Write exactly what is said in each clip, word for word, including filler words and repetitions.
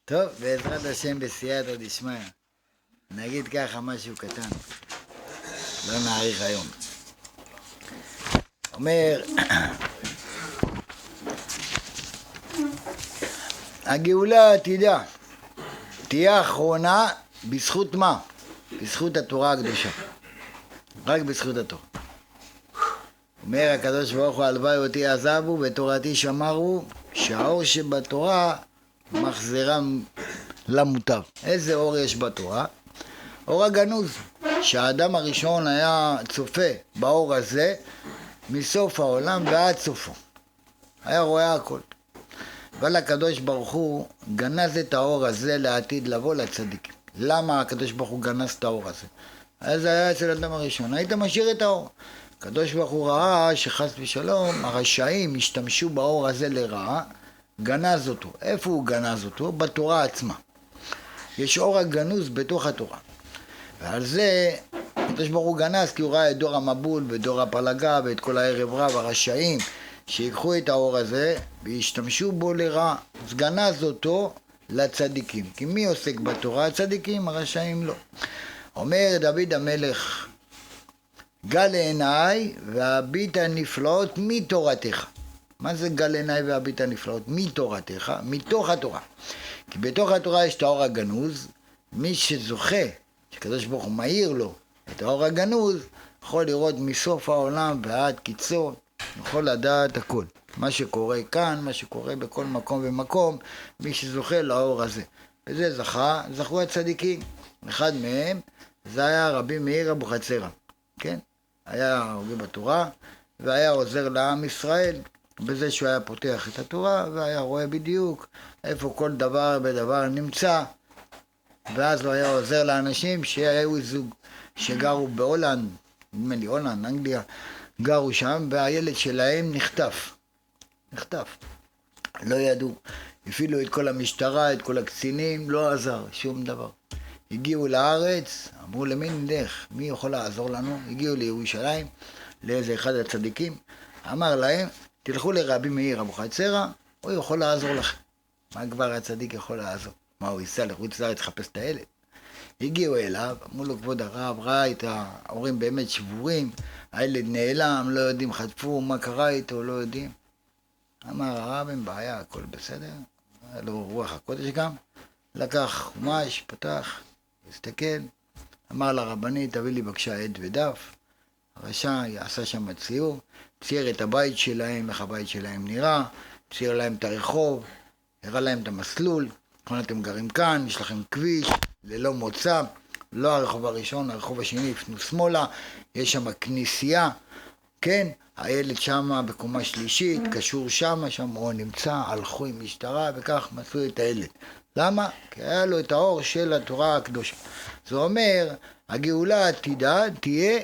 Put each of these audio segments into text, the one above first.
טוב, בעזרת השם בסייעתא דשמיא. נגיד ככה משהו קטן. לא נאריך היום. אומר, הגאולה העתידה תהיה אחרונה בזכות מה? בזכות התורה הקדושה. רק בזכות התורה. אומר הקדוש ברוך הוא, הלוואי אותי עזבו ותורתי שמרו, שהאור שבתורה מחזירם למוטב. איזה אור יש בתורה? אור הגנוז. שהאדם הראשון היה צופה באור הזה מסוף העולם ועד סופו. היה רואה הכל. אבל הקדוש ברוך הוא גנז את האור הזה לעתיד לבוא לצדיקים. למה הקדוש ברוך הוא גנז את האור הזה? אז זה היה אצל האדם הראשון. היית משאיר את האור. הקדוש ברוך הוא ראה שחס ושלום הרשעים השתמשו באור הזה לרעה, גנז אותו. איפה הוא גנז אותו? בתורה עצמה. יש אור הגנוז בתוך התורה. ועל זה הקדוש ברוך הוא גנז, כי הוא ראה את דור המבול ודור הפלגה ואת כל הערב רב הרשעים שיקחו את האור הזה והשתמשו בו לרעה. אז גנז אותו לצדיקים. כי מי עוסק בתורה? הצדיקים, הרשעים לא. אומר דוד המלך, גל עיניי והביט הנפלאות מתורתך. מה זה גל עיניי והביט הנפלאות? מתורתך, מתוך התורה. כי בתוך התורה יש את האור הגנוז. מי שזוכה, שקדוש ברוך הוא מאיר לו את האור הגנוז, יכול לראות מסוף העולם ועד קיצו, יכול לדעת הכל. מה שקורה כאן, מה שקורה בכל מקום ומקום, מי שזוכה לאור הזה. וזה זכה, זכו הצדיקים. אחד מהם, זה היה רבי מאיר אבוחצירא. כן? היה הוגה בתורה, והיה עוזר לעם ישראל, בזה שהוא היה פותח את התורה, והיה רואה בדיוק איפה כל דבר בדבר נמצא, ואז הוא היה עוזר לאנשים שהיו זוג שגרו בהולנד, נדמה לי הולנד, אנגליה, גרו שם, והילד שלהם נחטף. נחטף. לא ידעו. הפעילו את כל המשטרה, את כל הקצינים, לא עזר, שום דבר. הגיעו לארץ, אמרו למי נלך, מי יכול לעזור לנו? הגיעו לירושלים, לאיזה אחד הצדיקים, אמר להם, תלכו לרבי מאיר אבוחצירא, הוא יכול לעזור לכם. מה כבר הצדיק יכול לעזור? מה, הוא ייסע לחוץ לארץ לחפש את הילד? הגיעו אליו, אמרו לו, כבוד הרב, ראה את ההורים באמת שבורים, הילד נעלם, לא יודעים, חטפו, מה קרה איתו, לא יודעים. אמר הרב, אין בעיה, הכל בסדר, היה לו רוח הקודש גם, לקח חומש, פתח, הסתכל, אמר לרבנית, תביא לי בבקשה עט ודף, הרשע עשה שם ציור, צייר את הבית שלהם, איך הבית שלהם נראה, צייר להם את הרחוב, הראה להם את המסלול, כלומר אתם גרים כאן, יש לכם כביש, ללא מוצא, לא הרחוב הראשון, הרחוב השני, פנו שמאלה, יש שם כניסייה, כן, הילד שם בקומה שלישית, קשור שם, שם הוא נמצא, הלכו עם משטרה וכך מצאו את הילד. למה? כי היה לו את האור של התורה הקדושה. זה אומר, הגאולה העתידה תהיה,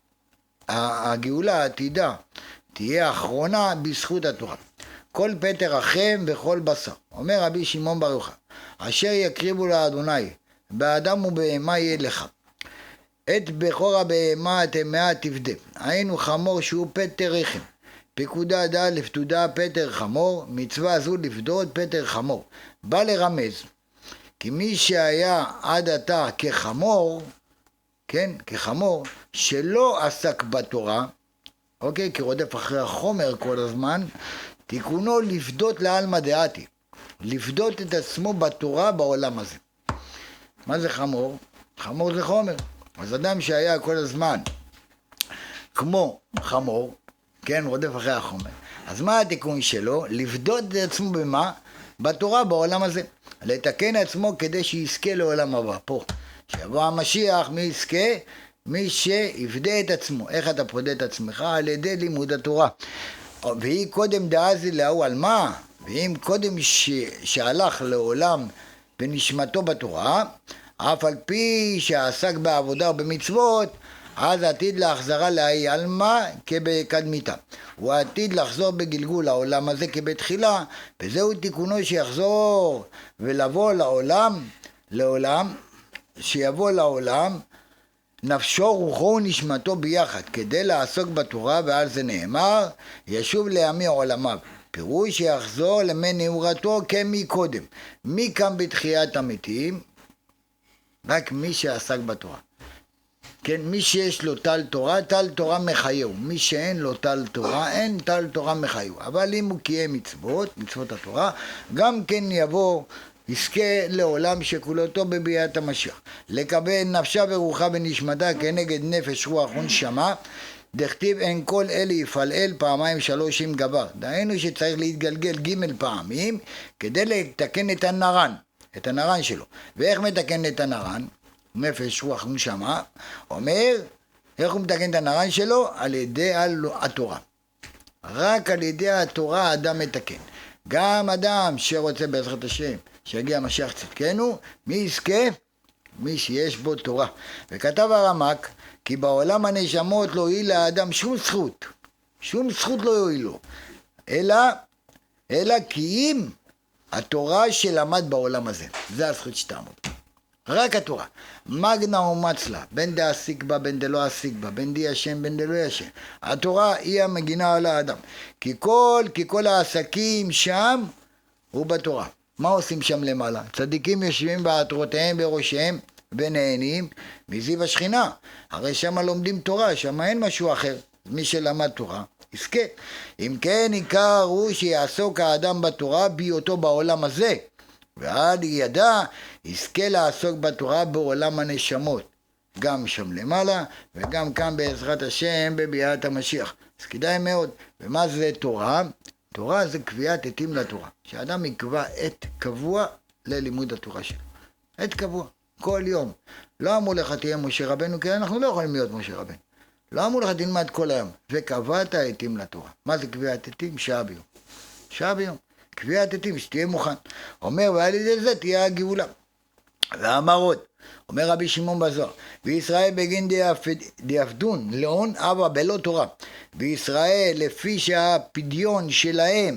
הגאולה העתידה תהיה האחרונה בזכות התורה. כל פטר רחם וכל בשר. אומר רבי שמעון בר יוחאי, אשר יקריבו לאדוני, באדם ובהמה יהיה לך. את בכור הבהמה הטמאה תפדה. היינו חמור שהוא פטר רחם. פקודה ד' לפתודה פטר חמור, מצווה זו לפדות פטר חמור. בא לרמז, כי מי שהיה עד עתה כחמור, כן, כחמור, שלא עסק בתורה, אוקיי, כי רודף אחרי החומר כל הזמן, תיקונו לפדות לעלמא דעתי, לפדות את עצמו בתורה בעולם הזה. מה זה חמור? חמור זה חומר. אז אדם שהיה כל הזמן כמו חמור, כן, רודף אחרי החומר. אז מה התיקון שלו? לפדות את עצמו במה? בתורה בעולם הזה. לתקן עצמו כדי שיזכה לעולם הבא. פה, שיבוא המשיח, מי יזכה? מי שיפדה את עצמו. איך אתה פודה את עצמך? על ידי לימוד התורה. והיא קודם דאזי להוא על מה? ואם קודם ש... שהלך לעולם ונשמתו בתורה, אף על פי שעסק בעבודה ובמצוות, אז עתיד להחזרה להי עלמא כבקדמיתה. הוא עתיד לחזור בגלגול לעולם הזה כבתחילה, וזהו תיקונו שיחזור ולבוא לעולם, לעולם, שיבוא לעולם, נפשו, רוחו ונשמתו ביחד, כדי לעסוק בתורה, ועל זה נאמר, ישוב לימי עולמיו. פירוש שיחזור למי נעורתו כמקודם. מי קם בתחיית המתים? רק מי שעסק בתורה. כן, מי שיש לו טל תורה, טל תורה מחייהו. מי שאין לו טל תורה, אין טל תורה מחייהו. אבל אם הוא קיים מצוות, מצוות התורה, גם כן יבוא, יזכה לעולם שכולותו בביאת המשיח. לקבל נפשה ורוחה ונשמתה כנגד נפש רוח ונשמה, דכתיב אין כל אלה יפעל פעמיים שלוש עם גבר. דהיינו שצריך להתגלגל ג' פעמים כדי לתקן את הנרן, את הנרן שלו. ואיך מתקן את הנרן? נפש רוח ונשמה. אומר, איך הוא מתקן את הנרן שלו? על ידי התורה. רק על ידי התורה האדם מתקן. גם אדם שרוצה בעזרת השם שיגיע משיח צדקנו, מי יזכה? מי שיש בו תורה. וכתב הרמק, כי בעולם הנשמות לא יועיל לאדם שום זכות, שום זכות לא יועיל לו, אלא, אלא כי אם התורה שלמד בעולם הזה, זה הזכות שתעמוד. רק התורה, מגנה ומצלה, בין דעסיק בה, בין דלא עסיק בה, בין די השם, בין דלא השם. התורה היא המגינה על האדם, כי כל, כי כל העסקים שם הוא בתורה. מה עושים שם למעלה? צדיקים יושבים בעטרותיהם בראשיהם ונהנים מזיו השכינה. הרי שם לומדים תורה, שם אין משהו אחר. מי שלמד תורה יזכה. אם כן, עיקר הוא שיעסוק האדם בתורה בהיותו בעולם הזה, ועד ידע יזכה לעסוק בתורה בעולם הנשמות, גם שם למעלה וגם כאן בעזרת השם בביאת המשיח. אז כדאי מאוד. ומה זה תורה? תורה זה קביעת עתים לתורה, שאדם יקבע עת קבוע ללימוד התורה שלו. עת קבוע, כל יום. לא אמרו לך תהיה משה רבנו, כי אנחנו לא יכולים להיות משה רבנו. לא אמרו לך תלמד כל היום, וקבעת עתים לתורה. מה זה קביעת עתים? שעה ביום. שעה ביום. קביעת עתים, שתהיה מוכן. אומר, ועל ידי זה תהיה הגאולה. ואמר עוד, אומר רבי שמעון בזוהר, וישראל בגין דיאפדון, לאון אבא בלא תורה. וישראל לפי שהפדיון שלהם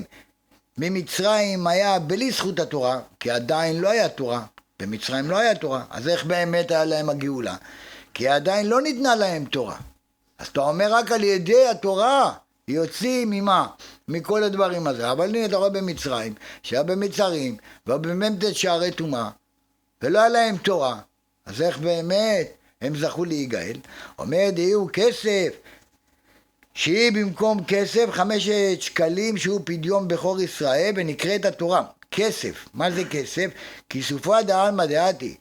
ממצרים היה בלי זכות התורה, כי עדיין לא היה תורה, במצרים לא היה תורה, אז איך באמת היה להם הגאולה? כי עדיין לא ניתנה להם תורה. אז אתה אומר רק על ידי התורה יוצאים ממה? מכל הדברים הזה. אבל הנה אתה רואה במצרים, שהיה במצרים, ובאמת שערי טומאה, ולא היה להם תורה, אז איך באמת הם זכו להיגאל? אומר דהיו כסף, שהיא במקום כסף חמשת שקלים שהוא פדיון בכור ישראל, ונקראת התורה. כסף, מה זה כסף? כיסופה דעלמא דעתי,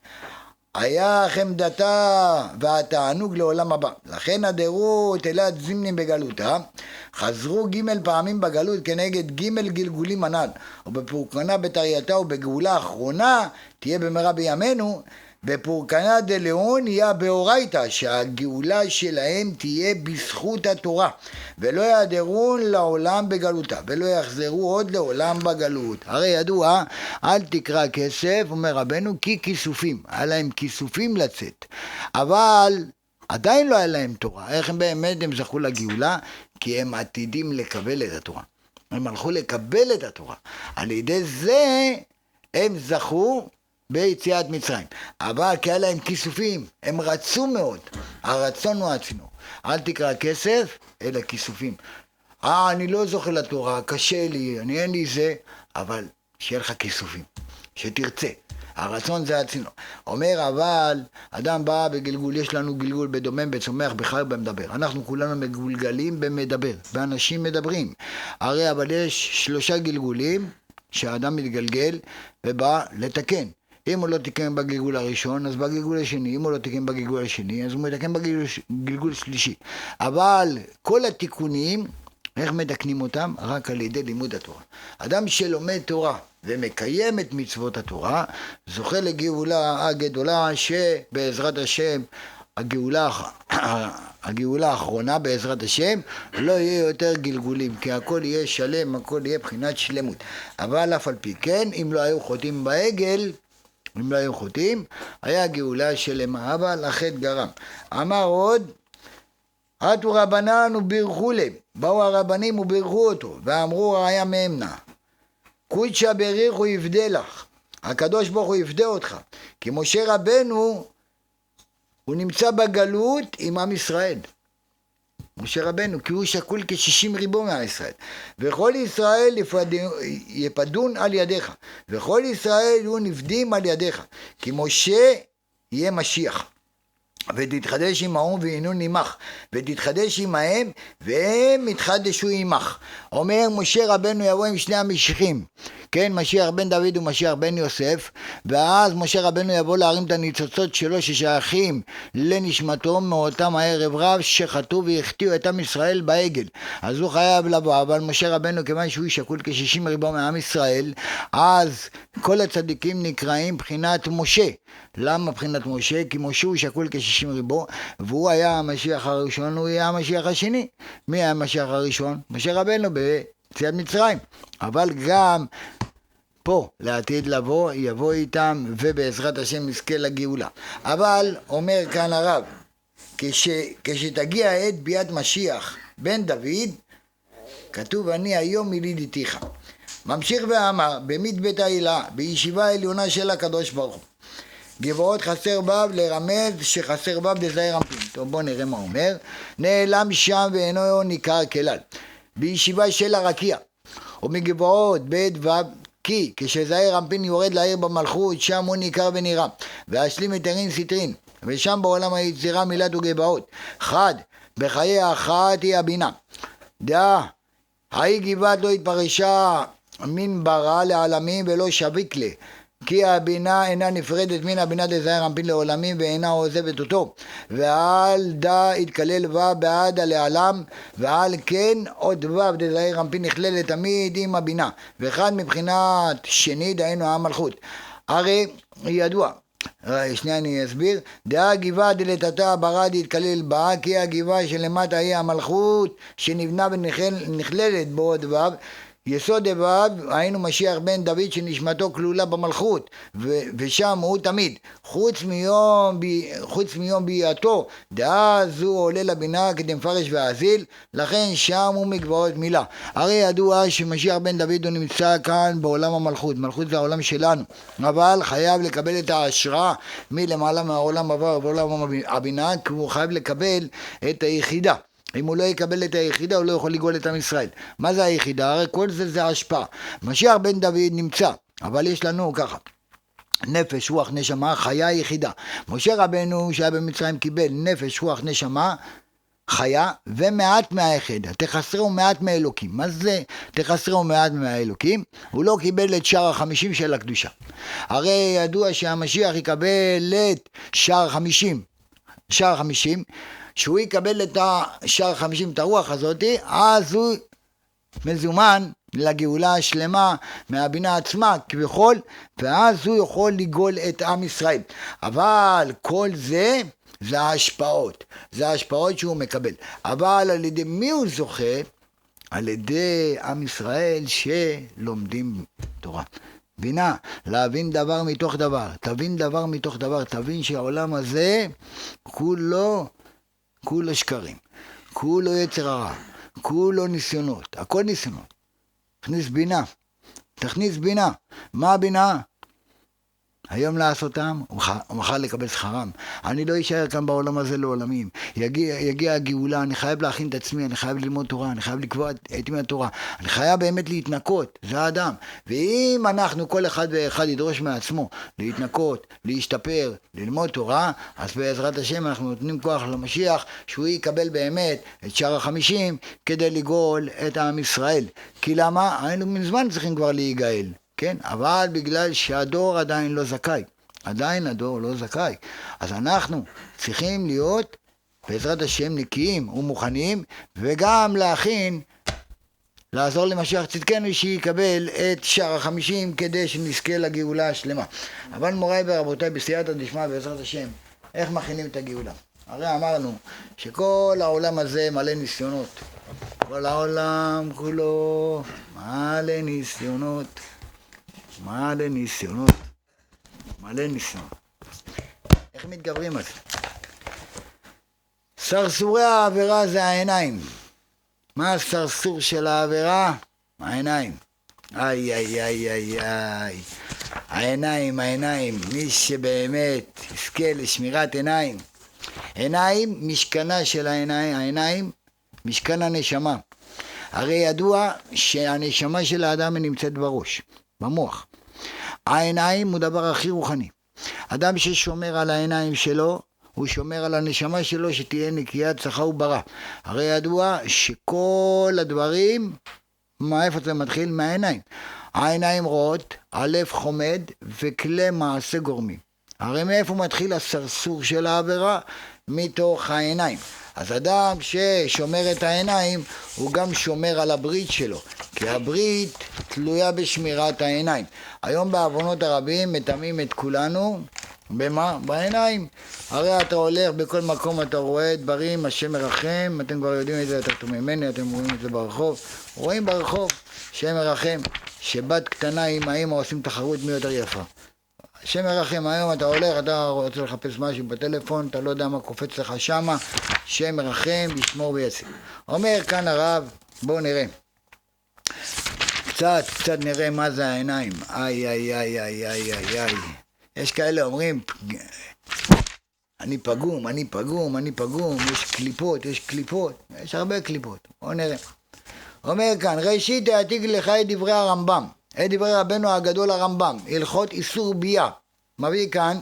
היה חמדתה והתענוג לעולם הבא. לכן הדרו תלת זמנים בגלותה, חזרו ג' פעמים בגלות כנגד ג' גלגולים הנ"ל, ובפורקנה בתרייתה ובגאולה האחרונה תהיה במהרה בימינו, בפורקנה דלאון יהיה באורייתא, שהגאולה שלהם תהיה בזכות התורה, ולא יעדרון לעולם בגלותה, ולא יחזרו עוד לעולם בגלות. הרי ידוע, אל תקרא כסף, אומר רבנו, כי כיסופים, היה להם כיסופים לצאת, אבל עדיין לא היה להם תורה. איך הם באמת הם זכו לגאולה? כי הם עתידים לקבל את התורה, הם הלכו לקבל את התורה, על ידי זה הם זכו ביציאת מצרים. אבל כי היה להם כיסופים, הם רצו מאוד, הרצון הוא הצינור. אל תקרא כסף, אלא כיסופים. אה, אני לא זוכה לתורה, קשה לי, אני אין לי זה, אבל שיהיה לך כיסופים, שתרצה. הרצון זה הצינור. אומר, אבל אדם בא בגלגול, יש לנו גלגול בדומם, בצומח, בחי ובמדבר. אנחנו כולנו מגולגלים במדבר, ואנשים מדברים. הרי אבל יש שלושה גלגולים שהאדם מתגלגל ובא לתקן. אם הוא לא תיקן בגלגול הראשון, אז בגלגול השני. אם הוא לא תיקן בגלגול השני, אז הוא מתקן בגלגול שלישי. אבל כל התיקונים, איך מתקנים אותם? רק על ידי לימוד התורה. אדם שלומד תורה ומקיים את מצוות התורה, זוכה לגאולה הגדולה שבעזרת השם, הגאולה, הגאולה האחרונה בעזרת השם, לא יהיה יותר גלגולים, כי הכל יהיה שלם, הכל יהיה בחינת שלמות. אבל אף על פי כן, אם לא היו חוטאים בעגל, אם לא היו חוטאים, היה גאולה שלמה, אבל החטא גרם. אמר עוד, עטו רבנן ובירכו להם, באו הרבנים ובירכו אותו, ואמרו ראיה מאמנה, קודשא בריחו יפדה לך, הקדוש ברוך הוא יפדה אותך, כי משה רבנו, הוא נמצא בגלות עם עם ישראל. משה רבנו, כי הוא שקול כשישים ריבו מעם ישראל. וכל ישראל יפדון על ידיך, וכל ישראל יהיו נפדים על ידיך, כי משה יהיה משיח. ותתחדש עמהם וינון עמך, ותתחדש עמהם והם יתחדשו עמך. אומר משה רבנו יבוא עם שני המשיחים, כן, משיח בן דוד ומשיח בן יוסף, ואז משה רבנו יבוא להרים את הניצוצות שלו ששייכים לנשמתו מאותם הערב רב שחטאו והחטיאו את עם ישראל בעגל. אז הוא חייב לבוא, אבל משה רבנו כיוון שהוא שקול כשישים ריבו מעם ישראל, אז כל הצדיקים נקראים בחינת משה. למה בחינת משה? כי משה הוא שקול כשישים ריבו, והוא היה המשיח הראשון, הוא היה המשיח השני. מי היה המשיח הראשון? משה רבנו ביציאת מצרים. אבל גם פה לעתיד לבוא, יבוא איתם, ובעזרת השם נזכה לגאולה. אבל אומר כאן הרב, כש, כשתגיע עת ביאת משיח בן דוד, כתוב אני היום ילידיתיך. ממשיך ואמר, במית בית ההילה, בישיבה העליונה של הקדוש ברוך הוא, גבעות חסר בב לרמז שחסר בב לזעיר אנפין. טוב, בוא נראה מה אומר. נעלם שם ואינו ניכר כלל. בישיבה של הרקיע, ומגבעות בית בב, כי כשזעיר אנפין יורד לעיר במלכות, שם הוא ניכר ונראה. והשלים יתרין סטרין, ושם בעולם היצירה מילת וגבעות. חד, בחיי האחת היא הבינה. דעה, ההיא גבעת לא התפרשה מן ברא לעלמים ולא שביק לה. כי הבינה אינה נפרדת מן הבינה דזעיר אנפין לעולמים ואינה עוזבת אותו. ועל דה התקלל ו' בעד לעלם, ועל כן עוד ו' דזעיר אנפין נכללת תמיד עם הבינה, ואחד מבחינת שני דהיינו המלכות. הרי ידוע, שנייה אני אסביר, דעה גבעה דלתתה ברד התקלל בה, כי הגבעה שלמטה היא המלכות שנבנה ונכללת בו עוד ו'. יסוד דבב, היינו משיח בן דוד שנשמתו כלולה במלכות, ו- ושם הוא תמיד, חוץ מיום, ב- חוץ מיום ביאתו, דאז הוא עולה לבינה כדי מפרש ואזיל, לכן שם הוא מגבעות מילה. הרי ידוע שמשיח בן דוד הוא נמצא כאן בעולם המלכות, מלכות זה העולם שלנו, אבל חייב לקבל את ההשראה מלמעלה מהעולם עבר בעולם הבינה, כי הוא חייב לקבל את היחידה. אם הוא לא יקבל את היחידה, הוא לא יכול לגאול את עם ישראל. מה זה היחידה? הרי כל זה זה השפעה. משיח בן דוד נמצא, אבל יש לנו ככה, נפש, רוח, נשמה, חיה יחידה. משה רבנו שהיה במצרים קיבל נפש, רוח, נשמה, חיה, ומעט מהיחידה. תחסרו מעט מאלוקים. מה זה תחסרו מעט מהאלוקים? הוא לא קיבל את שער החמישים של הקדושה. הרי ידוע שהמשיח יקבל את שער החמישים. שער החמישים, שהוא יקבל את השער חמישים, את הרוח הזאת, אז הוא מזומן לגאולה השלמה מהבינה עצמה כביכול, ואז הוא יכול לגאול את עם ישראל. אבל כל זה, זה ההשפעות, זה ההשפעות שהוא מקבל. אבל על ידי מי הוא זוכה? על ידי עם ישראל שלומדים תורה. בינה, להבין דבר מתוך דבר, תבין דבר מתוך דבר, תבין שהעולם הזה כולו, כולו שקרים, כולו יצר הרע, כולו ניסיונות, הכל ניסיונות. תכניס בינה, תכניס בינה. מה הבינה? היום לעשותם, ומחר לקבל שכרם. אני לא אשאר כאן בעולם הזה לעולמים. יגיע, יגיע הגאולה, אני חייב להכין את עצמי, אני חייב ללמוד תורה, אני חייב לקבוע את ימי התורה. אני חייב באמת להתנקות, זה האדם. ואם אנחנו, כל אחד ואחד ידרוש מעצמו להתנקות, להשתפר, ללמוד תורה, אז בעזרת השם אנחנו נותנים כוח למשיח, שהוא יקבל באמת את שער החמישים כדי לגאול את עם ישראל. כי למה? היינו מזמן צריכים כבר להיגאל. כן, אבל בגלל שהדור עדיין לא זכאי, עדיין הדור לא זכאי, אז אנחנו צריכים להיות בעזרת השם נקיים ומוכנים, וגם להכין, לעזור למשיח צדקנו שיקבל את שער החמישים כדי שנזכה לגאולה השלמה. אבל מוריי ורבותיי, בסייעתא דשמיא בעזרת השם, איך מכינים את הגאולה? הרי אמרנו שכל העולם הזה מלא ניסיונות, כל העולם כולו מלא ניסיונות, מלא ניסיונות, מלא ניסיונות. איך מתגברים על זה? סרסורי העבירה זה העיניים. מה הסרסור של העבירה? העיניים. איי איי איי איי איי. העיניים, העיניים. מי שבאמת יזכה לשמירת עיניים. עיניים, משכנה של העיניים, העיניים משכן הנשמה. הרי ידוע שהנשמה של האדם נמצאת בראש, במוח. העיניים הוא דבר הכי רוחני. אדם ששומר על העיניים שלו, הוא שומר על הנשמה שלו שתהיה נקיית צחה וברא. הרי ידוע שכל הדברים, מה איפה זה מתחיל? מהעיניים. העיניים רואות, הלב חומד וכלי מעשה גורמים. הרי מאיפה מתחיל הסרסור של העבירה? מתוך העיניים. אז אדם ששומר את העיניים, הוא גם שומר על הברית שלו, כי הברית תלויה בשמירת העיניים. היום בעוונות הרבים מטמאים את כולנו, במה? בעיניים. הרי אתה הולך בכל מקום, אתה רואה דברים, השם מרחם, אתם כבר יודעים את זה יותר טוב ממני, אתם רואים את זה ברחוב, רואים ברחוב, השם מרחם, שבת קטנה עם האמא עושים תחרות מי יותר יפה. השם מרחם, היום אתה הולך, אתה רוצה לחפש משהו בטלפון, אתה לא יודע מה קופץ לך שמה, השם מרחם, ישמור ויציל. אומר כאן הרב, בואו נראה. קצת, קצת נראה מה זה העיניים. איי, איי, איי, איי, איי, איי, איי. יש כאלה אומרים, אני פגום, אני פגום, אני פגום, יש קליפות, יש קליפות, יש הרבה קליפות. בואו נראה. אומר כאן, ראשית העתיק לך את דברי הרמב"ם. את דברי רבנו הגדול הרמב"ם, הלכות איסור בייה. מביא כאן,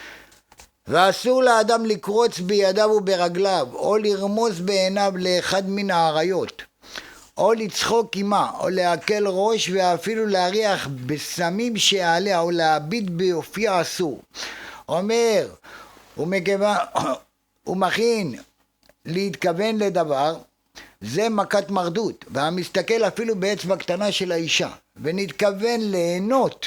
ואסור לאדם לקרוץ בידיו וברגליו, או לרמוז בעיניו לאחד מן העריות, או לצחוק עמה, או להקל ראש, ואפילו להריח בסמים שעליה, או להביט ביופיע אסור. אומר, הוא, מכיוון, הוא מכין להתכוון לדבר, זה מכת מרדות, והמסתכל אפילו באצבע קטנה של האישה, ונתכוון ליהנות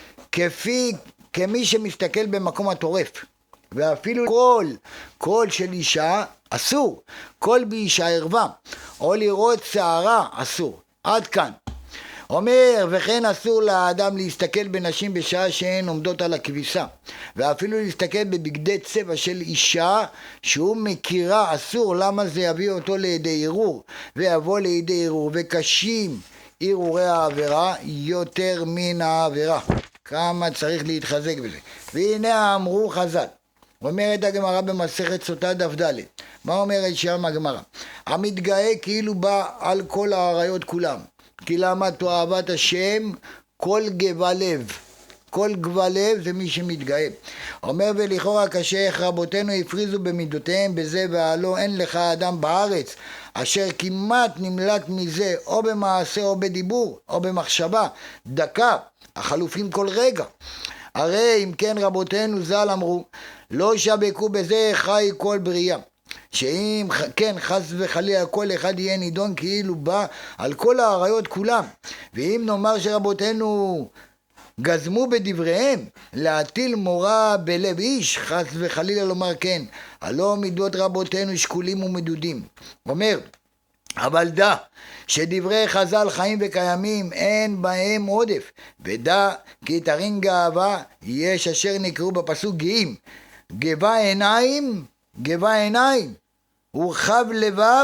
כפי, כמי שמסתכל במקום הטורף, ואפילו קול, קול של אישה אסור, קול באישה ערווה, או לראות שערה אסור, עד כאן. אומר, וכן אסור לאדם להסתכל בנשים בשעה שהן עומדות על הכביסה, ואפילו להסתכל בבגדי צבע של אישה שהוא מכירה אסור. למה? זה יביא אותו לידי ערעור, ויבוא לידי ערעור, וקשים ערעורי העבירה יותר מן העבירה. כמה צריך להתחזק בזה. והנה אמרו חז"ל, אומרת הגמרא במסכת סוטה דף ד', מה אומרת שם הגמרא? המתגאה כאילו בא על כל העריות כולם, כי למה תאהבת השם כל גבה לב. כל גבה לב זה מי שמתגאה. אומר, ולכאורה קשה איך רבותינו הפריזו במידותיהם בזה, והלא אין לך אדם בארץ אשר כמעט נמלט מזה, או במעשה או בדיבור או במחשבה דקה החלופים כל רגע. הרי אם כן רבותינו ז"ל אמרו, לא שבקו בזה חי כל בריאה, שאם כן חס וחלילה כל אחד יהיה נידון כאילו בא על כל העריות כולם. ואם נאמר שרבותינו גזמו בדבריהם להטיל מורה בלב איש, חס וחלילה לומר כן, הלא מידות רבותינו שקולים ומדודים. אומר, אבל דע שדברי חז"ל חיים וקיימים, אין בהם עודף, ודע כי תרין גאווה יש אשר נקראו בפסוק גאים, גבה עיניים, גבה עיניים, ורחב לבב,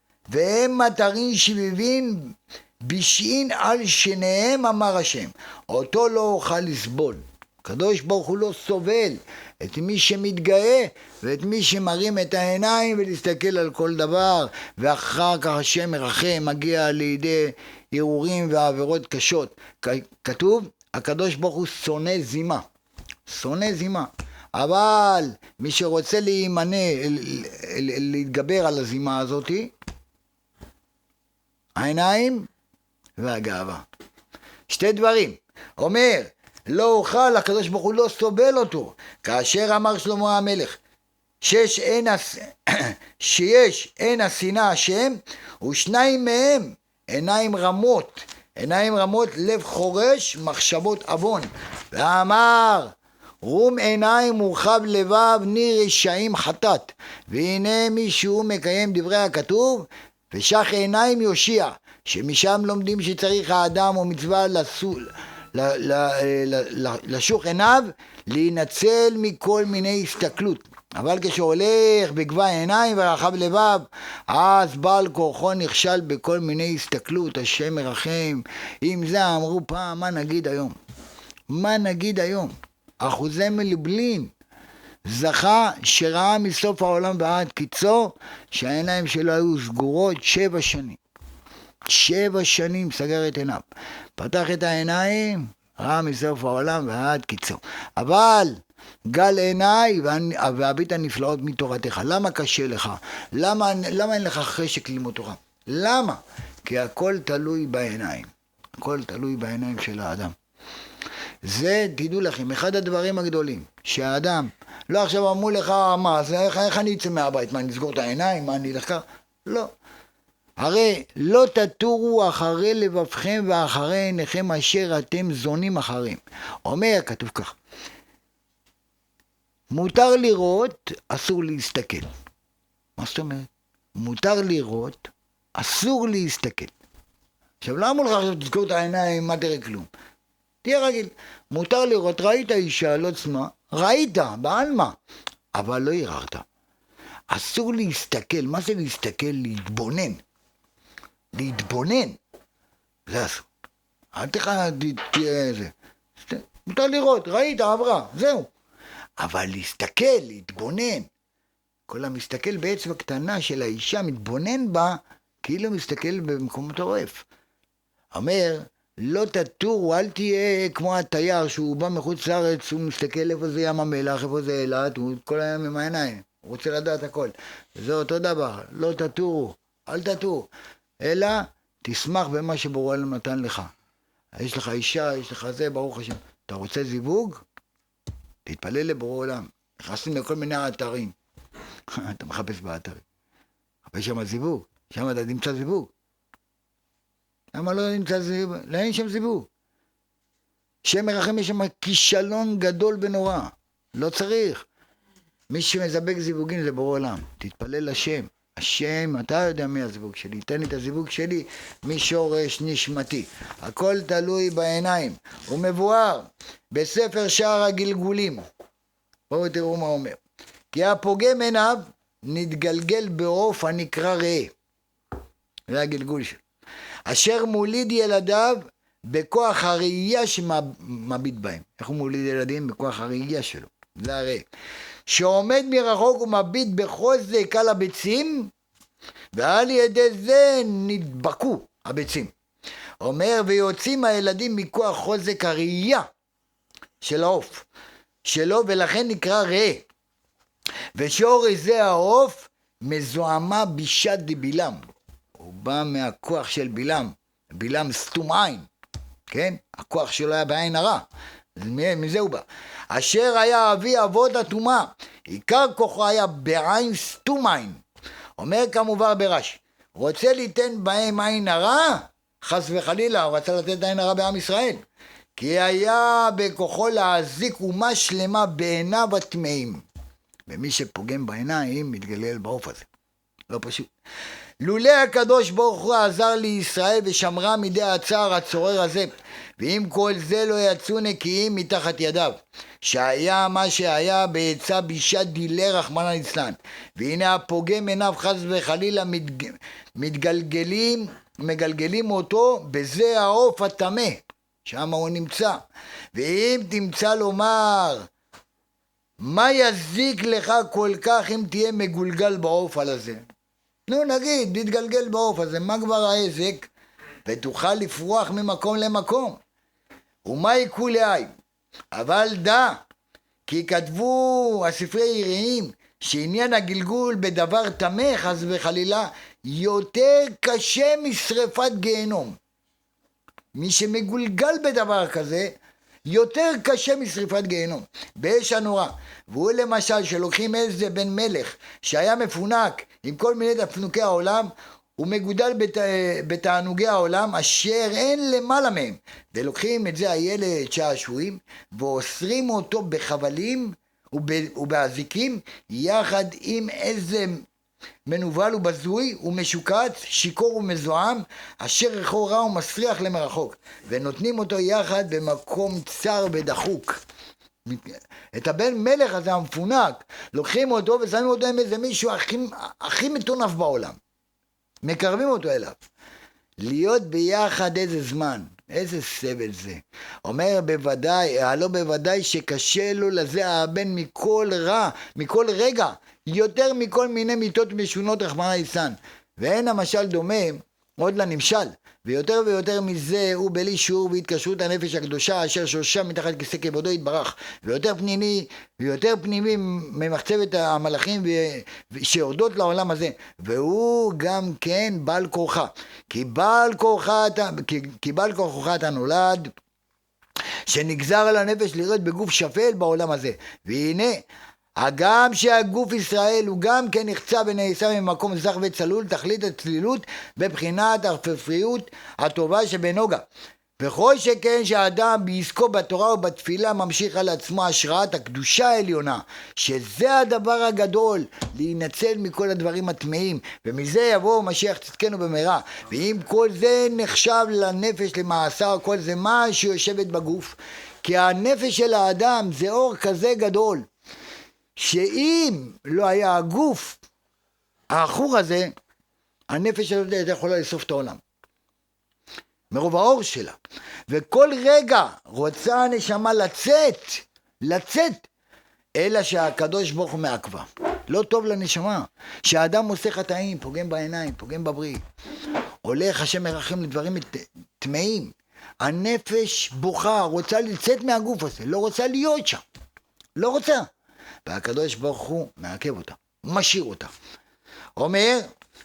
והם מטרין שביבין בשעין על שניהם, אמר השם, אותו לא אוכל לסבול. הקדוש ברוך הוא לא סובל את מי שמתגאה ואת מי שמרים את העיניים ולהסתכל על כל דבר, ואחר כך השם מרחם, מגיע לידי ערעורים ועבירות קשות. כתוב, הקדוש ברוך הוא שונא זימה, שונא זימה. אבל מי שרוצה להימנע, להתגבר על הזימה הזאת, העיניים והגאווה. שתי דברים. אומר, לא אוכל, הקדוש ברוך הוא לא סובל אותו. כאשר אמר שלמה המלך, שיש אין, שיש אין השנאה השם, ושניים מהם עיניים רמות, עיניים רמות, לב חורש, מחשבות אבון. ואמר, רום עיניים מורחב לבב, ניר רשעים חטאת. והנה מישהו מקיים דברי הכתוב, ושח עיניים יושיע, שמשם לומדים שצריך האדם או מצווה לסול, לשוך עיניו, להינצל מכל מיני הסתכלות. אבל כשהולך בגבה עיניים ורחב לבב, אז בעל כורחו נכשל בכל מיני הסתכלות. השם מרחם. אם זה אמרו פעם, מה נגיד היום? מה נגיד היום? אחוזי מלבלין. זכה שראה מסוף העולם ועד קיצו, שהעיניים שלו היו סגורות שבע שנים. שבע שנים סגר את עיניו. פתח את העיניים, ראה מסוף העולם ועד קיצו. אבל גל עיניי והביט הנפלאות מתורתך. למה קשה לך? למה, למה אין לך חשק ללמוד תורה? למה? כי הכל תלוי בעיניים. הכל תלוי בעיניים של האדם. זה, תדעו לכם, אחד הדברים הגדולים, שהאדם, לא עכשיו אמרו לך, מה, זה, איך, איך אני אצא מהבית? מה, אני אסגור את העיניים? מה, אני אלך? לא. הרי לא תטורו אחרי לבבכם ואחרי עיניכם אשר אתם זונים אחרים. אומר, כתוב כך, מותר לראות, אסור להסתכל. מה זאת אומרת? מותר לראות, אסור להסתכל. עכשיו, לא אמרו לך עכשיו תזכור את העיניים, מה תראה כלום. תהיה רגיל. מותר לראות, ראית אישה, לא צנועה, ראית, בעלמה, אבל לא הרהרת. אסור להסתכל. מה זה להסתכל? להתבונן. להתבונן. זה אסור. אל תהיה איזה. מותר לראות, ראית, עברה, זהו. אבל להסתכל, להתבונן. כל המסתכל באצבע קטנה של האישה, מתבונן בה, כאילו מסתכל במקומות העורף. אומר, לא תטורו, אל תהיה כמו התייר שהוא בא מחוץ לארץ, הוא מסתכל איפה זה ים המלח, איפה זה אילת, הוא כל היום עם העיניים, הוא רוצה לדעת הכל. זה אותו דבר, לא תטורו, אל תטורו, אלא תשמח במה שבורא עולם נתן לך. יש לך אישה, יש לך זה, ברוך השם. אתה רוצה זיווג? תתפלל לבורא עולם. נכנסים לכל מיני אתרים. אתה מחפש באתרים. מחפש שם זיווג, שם אתה נמצא זיווג. למה לא נמצא זיווג? לא אין שם זיווג. שם מרחם יש שם כישלון גדול ונורא. לא צריך. מי שמזבק זיווגים זה בורא עולם. תתפלל לשם. השם, אתה יודע מי הזיווג שלי. תן לי את הזיווג שלי משורש נשמתי. הכל תלוי בעיניים. הוא מבואר בספר שער הגלגולים. בואו תראו מה אומר. כי הפוגם עיניו נתגלגל בעוף הנקרא ראה. זה הגלגול שלו. אשר מוליד ילדיו בכוח הראייה שמביט בהם. איך הוא מוליד ילדים? בכוח הראייה שלו. זה הראה. שעומד מרחוק ומביט בחוזק על הביצים, ועל ידי זה נדבקו הביצים. אומר, ויוצאים הילדים מכוח חוזק הראייה של העוף שלו, ולכן נקרא ראה. ושורש זה העוף מזוהמה בישת דבילם. הוא בא מהכוח של בילם. בילם סתום עין. כן? הכוח שלו היה בעין הרע. מזה הוא בא. אשר היה אבי אבות הטומאה. עיקר כוחו היה בעין סתום עין. אומר כמובן ברש. רוצה ליתן בהם עין הרע? חס וחלילה. הוא רצה לתת עין הרע בעם ישראל. כי היה בכוחו להזיק אומה שלמה בעיניו הטמאים. ומי שפוגם בעיניים מתגלל בעוף הזה. לא פשוט. לולא הקדוש ברוך הוא עזר לישראל ושמרה מידי הצער הצורר הזה, ואם כל זה לא יצאו נקיים מתחת ידיו, שהיה מה שהיה בעצה בישת דילי רחמנא ליצלן, והנה הפוגם עיניו חס וחלילה מתג... מתגלגלים, מגלגלים אותו בזה העוף הטמא, שם הוא נמצא. ואם תמצא לומר, מה יזיק לך כל כך אם תהיה מגולגל בעוף על הזה? נו נגיד, תתגלגל בעוף הזה, מה כבר העזק? ותוכל לפרוח ממקום למקום. ומה יקו לאי? אבל דע, כי כתבו הספרי יראים, שעניין הגלגול בדבר טמא חס וחלילה, יותר קשה משרפת גיהנום. מי שמגולגל בדבר כזה, יותר קשה משריפת גיהנום, באש הנורא. והוא למשל שלוקחים איזה בן מלך שהיה מפונק עם כל מיני תפנוקי העולם, הוא מגודל בת... בתענוגי העולם אשר אין למעלה מהם, ולוקחים את זה הילד שעשועים ואוסרים אותו בחבלים וב... ובאזיקים יחד עם איזה מנוול ובזוי ומשוקץ, שיקור ומזוהם, אשר ריחו רע ומסריח למרחוק, ונותנים אותו יחד במקום צר ודחוק. את הבן מלך הזה המפונק, לוקחים אותו ושמים אותו עם איזה מישהו הכי, הכי מטונף בעולם. מקרבים אותו אליו. להיות ביחד איזה זמן, איזה סבל זה. אומר בוודאי, הלא בוודאי שקשה לו לזה הבן מכל רע, מכל רגע, יותר מכל מיני מיתות משונות רחמנא ליצלן. ואין המשל דומה עוד לנמשל, ויותר ויותר מזה הוא בלי שיעור בהתקשרות הנפש הקדושה אשר שורשה מתחת כיסא כבודו יתברך, ויותר פנימי ויותר פנימי ממחצבת המלאכים שיורדות לעולם הזה, והוא גם כן בעל כורחה, כי בעל כורחה כי, כי בעל כורחה אתה נולד, שנגזר על הנפש לראות בגוף שפל בעולם הזה. והנה הגם שהגוף ישראל הוא גם כן נחצה ונעשה ממקום זך וצלול, תכלית הצלילות בבחינת הרפפריות הטובה שבנוגה. וכל שכן שהאדם בעסקו בתורה ובתפילה ממשיך על עצמו השראת הקדושה העליונה, שזה הדבר הגדול, להינצל מכל הדברים הטמאים, ומזה יבוא משיח צדקנו במהרה. ואם כל זה נחשב לנפש למעשר, כל זה מה שיושבת בגוף, כי הנפש של האדם זה אור כזה גדול, שאם לא היה הגוף האחור הזה, הנפש הזאת הייתה יכולה לסוף את העולם מרוב האור שלה. וכל רגע רוצה הנשמה לצאת לצאת אלא שהקדוש ברוך הוא מעכבה. לא טוב לנשמה שהאדם עושה חטאים, פוגם בעיניים, פוגם בבריא, הולך השם מרחם לדברים טמאים, הנפש בוכה, רוצה לצאת מהגוף הזה, לא רוצה להיות שם, לא רוצה, והקדוש ברוך הוא מעכב אותה, משאיר אותה. אומר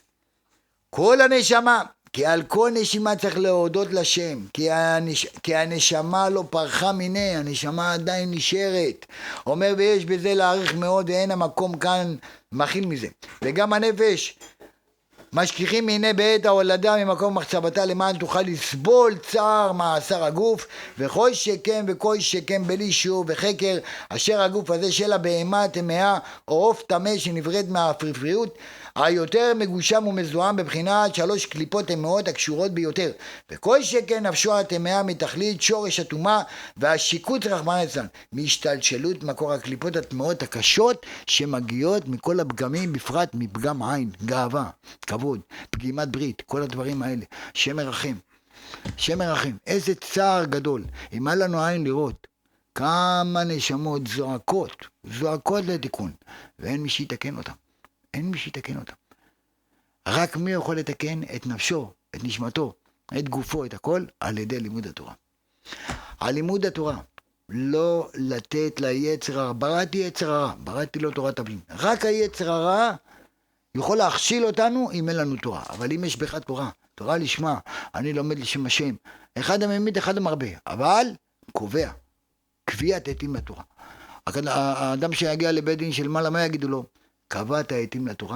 כל הנשמה, כי על כל נשימה צריך להודות לשם, כי, הנש... כי הנשמה לא פרחה מיני, הנשמה עדיין נשארת. אומר ויש בזה להעריך מאוד, ואין המקום כאן מכיל מזה. וגם הנפש משכיחים מיני בעת ההולדה ממקום מחשבתה, למען תוכל לסבול צער מעשר הגוף, וכל שכם וכל שכם בלי שיעור וחקר, אשר הגוף הזה של הבהמה טמאה או עוף טמא שנברד מהפרפריות היותר מגושם ומזוהם בבחינת שלוש קליפות טמאות הקשורות ביותר, וכל שכן נפשו הטמאה מתכלית שורש הטומאה והשיקוץ רחמנא ליצלן, מהשתלשלות מקור הקליפות הטמאות הקשות שמגיעות מכל הפגמים, בפרט מפגם עין, גאווה, כבוד, פגימת ברית, כל הדברים האלה. שם מרחם, שם מרחם. איזה צער גדול אם היה לנו עין לראות כמה נשמות זועקות זועקות לתיקון, ואין מי שיתקן אותם, אין מי שיתקן אותם. רק מי יכול לתקן? את נפשו, את נשמתו, את גופו, את הכל, על ידי לימוד התורה. על לימוד התורה, לא לתת ליצר הרע. בראתי יצר הרע, בראתי לו תורת הבלים. רק היצר הרע יכול להכשיל אותנו אם אין לנו תורה. אבל אם יש בך תורה, תורה לשמה, אני לומד לשם השם, אחד המעמיד אחד המרבה, אבל קובע, קביעת עתים לתורה. האדם שיגיע לבית דין של מעלה, מה יגידו לו? קבעת העתים לתורה.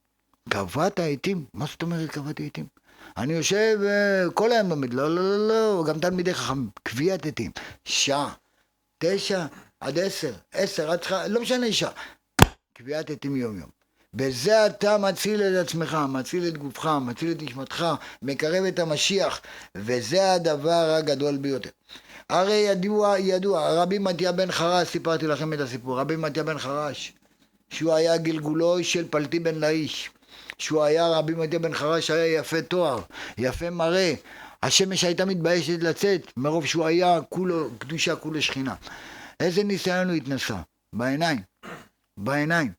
קבעת העתים? מה זאת אומרת קבעת העתים? אני יושב כל היום לומד, לא, לא, לא, לא, גם תלמידי חכמים, קביעת עתים, שעה, תשע עד עשר, עשר עד שעה, לא משנה שעה, קביעת עתים יום יום. בזה אתה מציל את עצמך, מציל את גופך, מציל את נשמתך, מקרב את המשיח, וזה הדבר הגדול ביותר. הרי ידוע, ידוע, רבי מתיה בן חרש, סיפרתי לכם את הסיפור, רבי מתיה בן חרש, שהוא היה גלגולו של פלטי בן לאיש, שהוא היה, רבי מתיה בן חרש היה יפה תואר, יפה מראה, השמש הייתה מתביישת לצאת, מרוב שהוא היה כולו קדושה, כולו שכינה. איזה ניסיון הוא התנסה? בעיניים, בעיניים.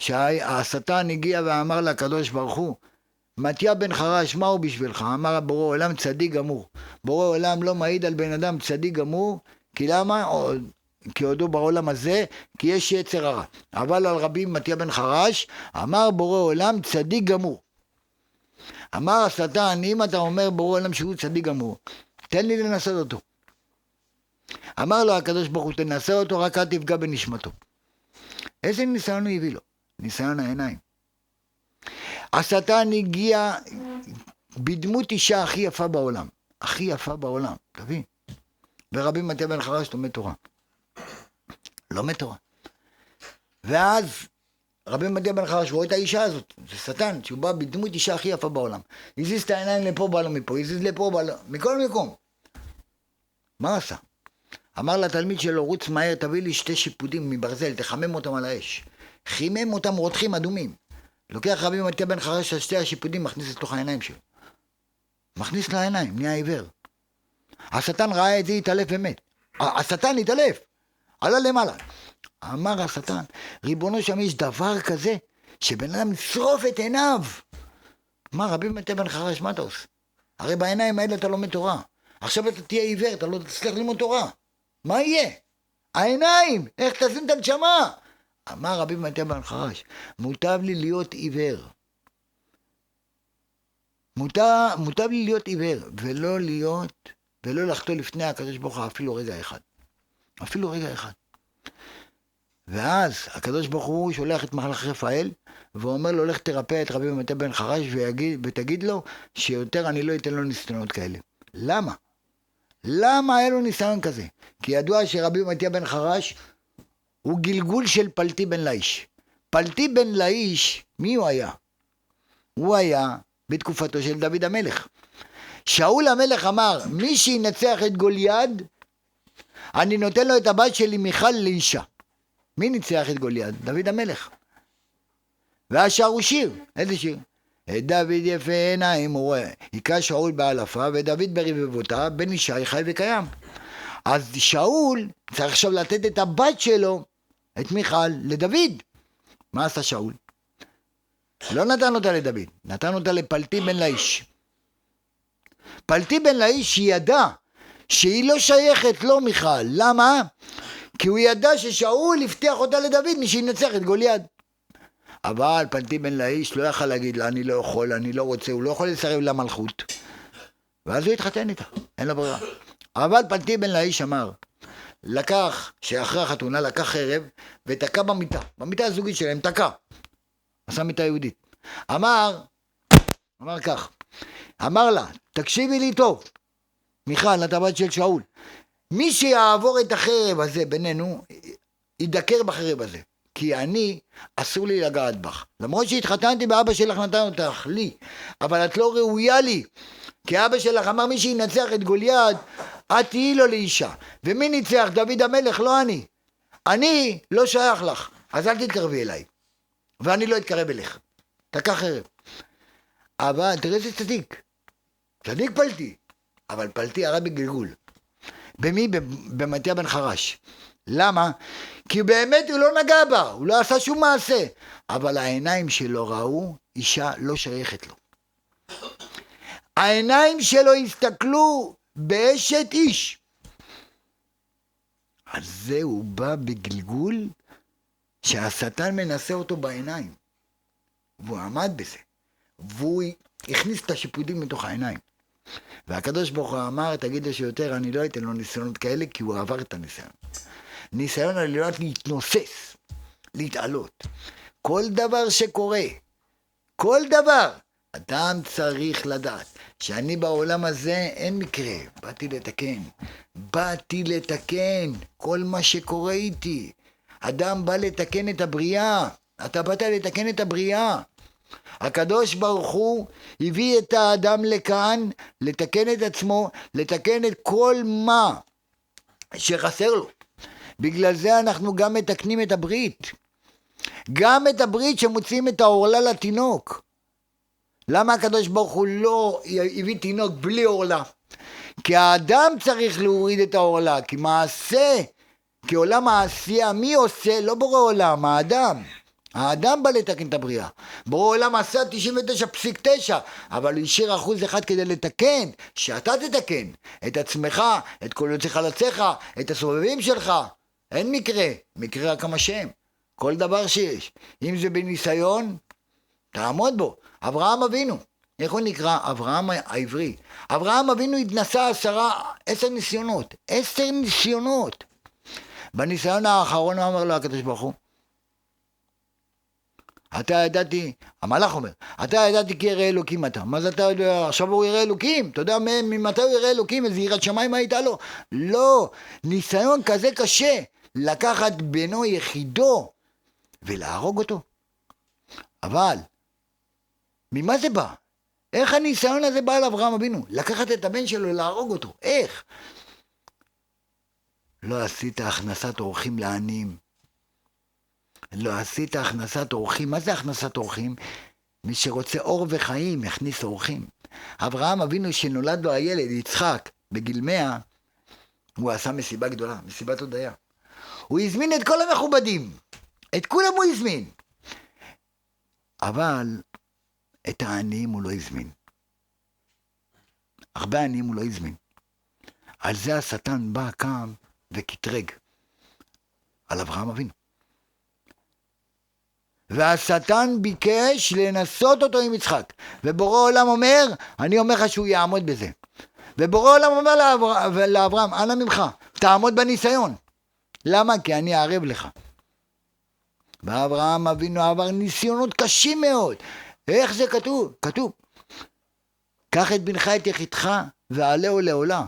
שהשטן הגיע ואמר לקדוש ברוך הוא, מתיה בן חרש, מה הוא בשבילך? אמר בורא עולם צדיק גמור. בורא עולם לא מעיד על בן אדם צדיק גמור, כי למה? כי עודו בעולם הזה, כי יש יצר הרע. אבל על רבי מתיה בן חרש, אמר בורא עולם צדיק גמור. אמר השטן, אם אתה אומר בורא עולם שהוא צדיק גמור, תן לי לנסות אותו. אמר לו הקדוש ברוך הוא, תנסה אותו, רק אל תפגע בנשמתו. איזה ניסיון הוא הביא לו? ניסיון העיניים. השטן הגיע בדמות אישה הכי יפה בעולם. הכי יפה בעולם, תבין. ורבי מתיה בן חרש לומד תורה. לומד תורה. ואז רבי מתיה בן חרש רואה את האישה הזאת. זה שטן, שהוא בא בדמות אישה הכי יפה בעולם. הזיז את העיניים לפה, בא לו מפה, הזיז לפה, בא לו, מכל מקום. מה עשה? אמר לתלמיד שלו, רוץ מהר, תביא לי שתי שיפודים מברזל, תחמם אותם על האש. חימם אותם רותחים אדומים. לוקח רבי מתיה בן חרש על שתי השיפודים, מכניס לתוך העיניים שלו. מכניס לעיניים, נהיה עיוור. השטן ראה את זה, התעלף ומת. השטן התעלף, עלה למעלה. אמר השטן, ריבונו שם יש דבר כזה, שבן אדם ישרוף את עיניו. מה, רבי מטה בן חרש, מה אתה עושה? הרי בעיניים האלה אתה לומד תורה. עכשיו אתה תהיה עיוור, אתה לא תצליח ללמוד תורה. מה יהיה? העיניים, איך תשים את הנשמה? אמר רבי מטה בן חרש, מוטב לי להיות עיוור. מוטב, מוטב לי להיות עיוור, ולא להיות, ולא לחטוא לפני הקדוש ברוך הוא אפילו רגע אחד. אפילו רגע אחד. ואז הקדוש ברוך הוא שולח את מלאך רפאל, ואומר לו, לך תרפא את רבי מטה בן חרש, ויגיד, ותגיד לו, שיותר אני לא אתן לו ניסיונות כאלה. למה? למה היה לו ניסיון כזה? כי ידוע שרבי מטה בן חרש, הוא גלגול של פלטי בן לאיש. פלטי בן לאיש, מי הוא היה? הוא היה בתקופתו של דוד המלך. שאול המלך אמר, מי שינצח את גוליאד, אני נותן לו את הבת שלי מיכל לאישה. מי ניצח את גוליאד? דוד המלך. והשאר הוא שיר. איזה שיר? את דוד יפה עיניים הוא רואה. היכה שאול באלפה ודוד ברבבותיו, בן ישי חי וקיים. אז שאול צריך עכשיו לתת את הבת שלו, את מיכל, לדוד. מה עשה שאול? לא נתן אותה לדוד, נתן אותה לפלטי בן לאיש. פלטי בן לאיש ידע שהיא לא שייכת לו מיכל. למה? כי הוא ידע ששאול הבטיח אותה לדוד מי שינצח את גוליאד. אבל פלטי בן לאיש לא יכל להגיד לה, אני לא יכול, אני לא רוצה, הוא לא יכול לסרב למלכות. ואז הוא התחתן איתה, אין לה ברירה. אבל פלטי בן לאיש אמר, לקח, שאחרי החתונה לקח חרב ותקע במיטה, במיטה הזוגית שלהם, תקע. עשה מיטה יהודית. אמר, אמר כך, אמר לה, תקשיבי לי טוב, מיכל, את הבת של שאול, מי שיעבור את החרב הזה בינינו, ידקר בחרב הזה. כי אני, אסור לי לגעת בך. למרות שהתחתנתי באבא שלך נתן אותך לי, אבל את לא ראויה לי. כי אבא שלך אמר מי שינצח את גוליאד, את תהיי לו לאישה. ומי ניצח? דוד המלך, לא אני. אני לא שייך לך, אז אל תתקרבי אליי. ואני לא אתקרב אליך. תקח חרב. אבל תראה איזה צדיק. צדיק פלטי. אבל פלטי הרע בגלגול. במי? במטה בן חרש. למה? כי באמת הוא לא נגע בה, הוא לא עשה שום מעשה. אבל העיניים שלו ראו, אישה לא שייכת לו. העיניים שלו הסתכלו באשת איש. אז זה הוא בא בגלגול שהשטן מנסה אותו בעיניים. והוא עמד בזה. והוא הכניס את השיפודים מתוך העיניים. והקדוש ברוך הוא אמר, תגיד לו שיותר אני לא אתן לו ניסיונות כאלה, כי הוא עבר את הניסיון. ניסיון על להיות להתנוסס, להתעלות. כל דבר שקורה, כל דבר, אדם צריך לדעת שאני בעולם הזה אין מקרה, באתי לתקן, באתי לתקן כל מה שקורה איתי. אדם בא לתקן את הבריאה, אתה באת לתקן את הבריאה. הקדוש ברוך הוא הביא את האדם לכאן לתקן את עצמו, לתקן את כל מה שחסר לו. בגלל זה אנחנו גם מתקנים את הברית. גם את הברית שמוצאים את העורלה לתינוק. למה הקדוש ברוך הוא לא הביא תינוק בלי עורלה? כי האדם צריך להוריד את העורלה, כי מעשה, כי עולם העשייה, מי עושה? לא בורא עולם, האדם. האדם בא לתקן את הבריאה. בורא עולם עשה תשעים ותשע נקודה תשע, אבל הוא השאיר אחוז אחד כדי לתקן, שאתה תתקן את עצמך, את כל יוצאך לצאך, את הסובבים שלך. אין מקרה, מקרה רק השם. כל דבר שיש. אם זה בניסיון, תעמוד בו. אברהם אבינו, איך הוא נקרא? אברהם העברי. אברהם אבינו התנסה עשרה, עשר ניסיונות. עשר ניסיונות. בניסיון האחרון הוא אמר לו הקדוש ברוך הוא, אתה ידעתי, המלאך אומר, אתה ידעתי כי יראה אלוקים אתה. מה זה אתה יודע? עכשיו הוא יראה אלוקים. אתה יודע ממתי הוא יראה אלוקים? איזה יראת שמיים הייתה לו? לא. ניסיון כזה קשה. לקחת בנו יחידו ולהרוג אותו. אבל, ממה זה בא? איך הניסיון הזה בא על אברהם אבינו? לקחת את הבן שלו ולהרוג אותו. איך? לא עשית הכנסת אורחים לעניים. לא עשית הכנסת אורחים. מה זה הכנסת אורחים? מי שרוצה אור וחיים יכניס אורחים. אברהם אבינו שנולד לו הילד יצחק, בגיל מאה, הוא עשה מסיבה גדולה, מסיבת הודיה. הוא הזמין את כל המכובדים, את כולם הוא הזמין. אבל את העניים הוא לא הזמין. הרבה עניים הוא לא הזמין. על זה השטן בא, קם וקטרג. על אברהם אבינו. והשטן ביקש לנסות אותו עם יצחק. ובורא עולם אומר, אני אומר לך שהוא יעמוד בזה. ובורא עולם אומר לאבר... לאברהם, אנא ממך, תעמוד בניסיון. למה? כי אני אערב לך. ואברהם אבינו עבר ניסיונות קשים מאוד. איך זה כתוב? כתוב. קח את בנך את יחידך ועלהו לעולה.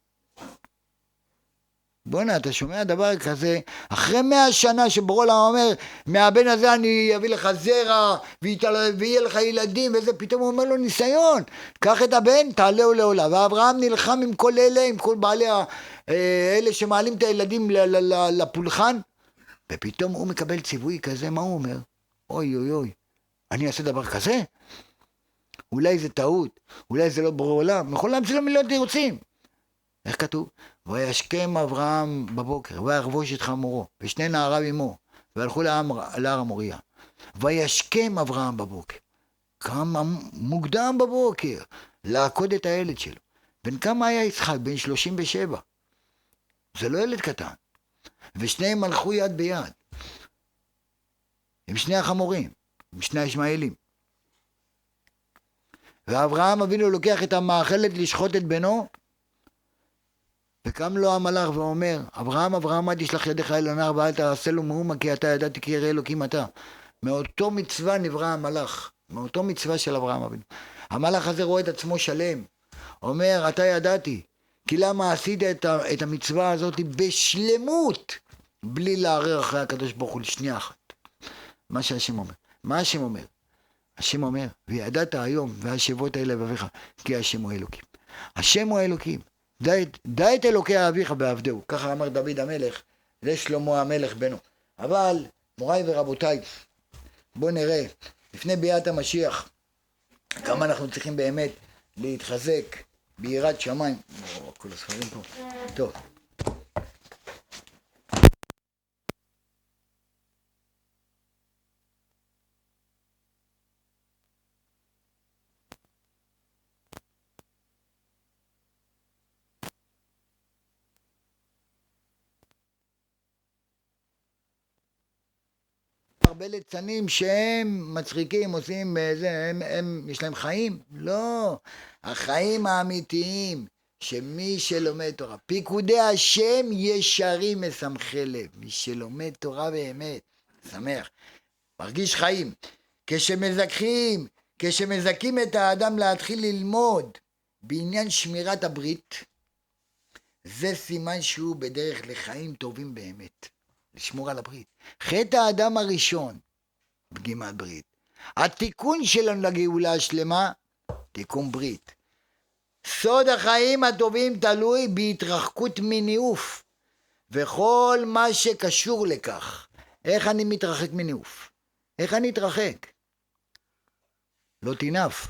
בוא'נה, אתה שומע דבר כזה, אחרי מאה שנה שבורא עולם אומר, מהבן הזה אני אביא לך זרע, ויהיה לך ילדים, וזה פתאום הוא אומר לו ניסיון, קח את הבן, תעלהו לעולה. ואברהם נלחם עם כל אלה, עם כל בעלי אלה שמעלים את הילדים לפולחן, ופתאום הוא מקבל ציווי כזה, מה הוא אומר? אוי אוי אוי, אני אעשה דבר כזה? אולי זה טעות, אולי זה לא בורא עולם, יכול להמציא לו מיליון תירוצים. איך כתוב? וישכם אברהם בבוקר, ויחבוש את חמורו, ושני נעריו עמו, והלכו להר המוריה. וישכם אברהם בבוקר, קם מוקדם בבוקר, לעקוד את הילד שלו. בן כמה היה יצחק? בן שלושים ושבע. זה לא ילד קטן. ושניהם הלכו יד ביד. עם שני החמורים, עם שני הישמעאלים. ואברהם אבינו לוקח את המאכלת לשחוט את בנו, וקם לו המלאך ואומר, אברהם, אברהם, אל תשלח ידיך אל הנער ואל תעשה לו מאומה, כי אתה ידעתי כי ירא אלוקים אתה. מאותו מצווה נברא המלאך, מאותו מצווה של אברהם אבינו. המלאך הזה רואה את עצמו שלם, אומר, אתה ידעתי, כי למה עשית את, ה, את המצווה הזאת בשלמות, בלי לערער אחרי הקדוש ברוך הוא לשנייה אחת. מה שהשם אומר. מה השם אומר? השם אומר, וידעת היום והשבות אל לבביך, כי השם הוא אלוקים. השם הוא אלוקים. דע, דע את אלוקי אביך ועבדהו. ככה אמר דוד המלך, זה שלמה המלך בנו. אבל, מוריי ורבותיי, בואו נראה, לפני ביאת המשיח, כמה אנחנו צריכים באמת להתחזק ביראת שמיים. או, כל הספרים פה. טוב. הרבה ליצנים שהם מצחיקים, עושים זה, הם, הם, יש להם חיים? לא, החיים האמיתיים, שמי שלומד תורה, פיקודי השם ישרים משמחי לב, מי שלומד תורה באמת, שמח, מרגיש חיים, כשמזכים, כשמזכים את האדם להתחיל ללמוד בעניין שמירת הברית, זה סימן שהוא בדרך לחיים טובים באמת. לשמור על הברית. חטא האדם הראשון, פגימת ברית. התיקון שלנו לגאולה השלמה, תיקון ברית. סוד החיים הטובים תלוי בהתרחקות מניאוף, וכל מה שקשור לכך. איך אני מתרחק מניאוף? איך אני אתרחק? לא תינף.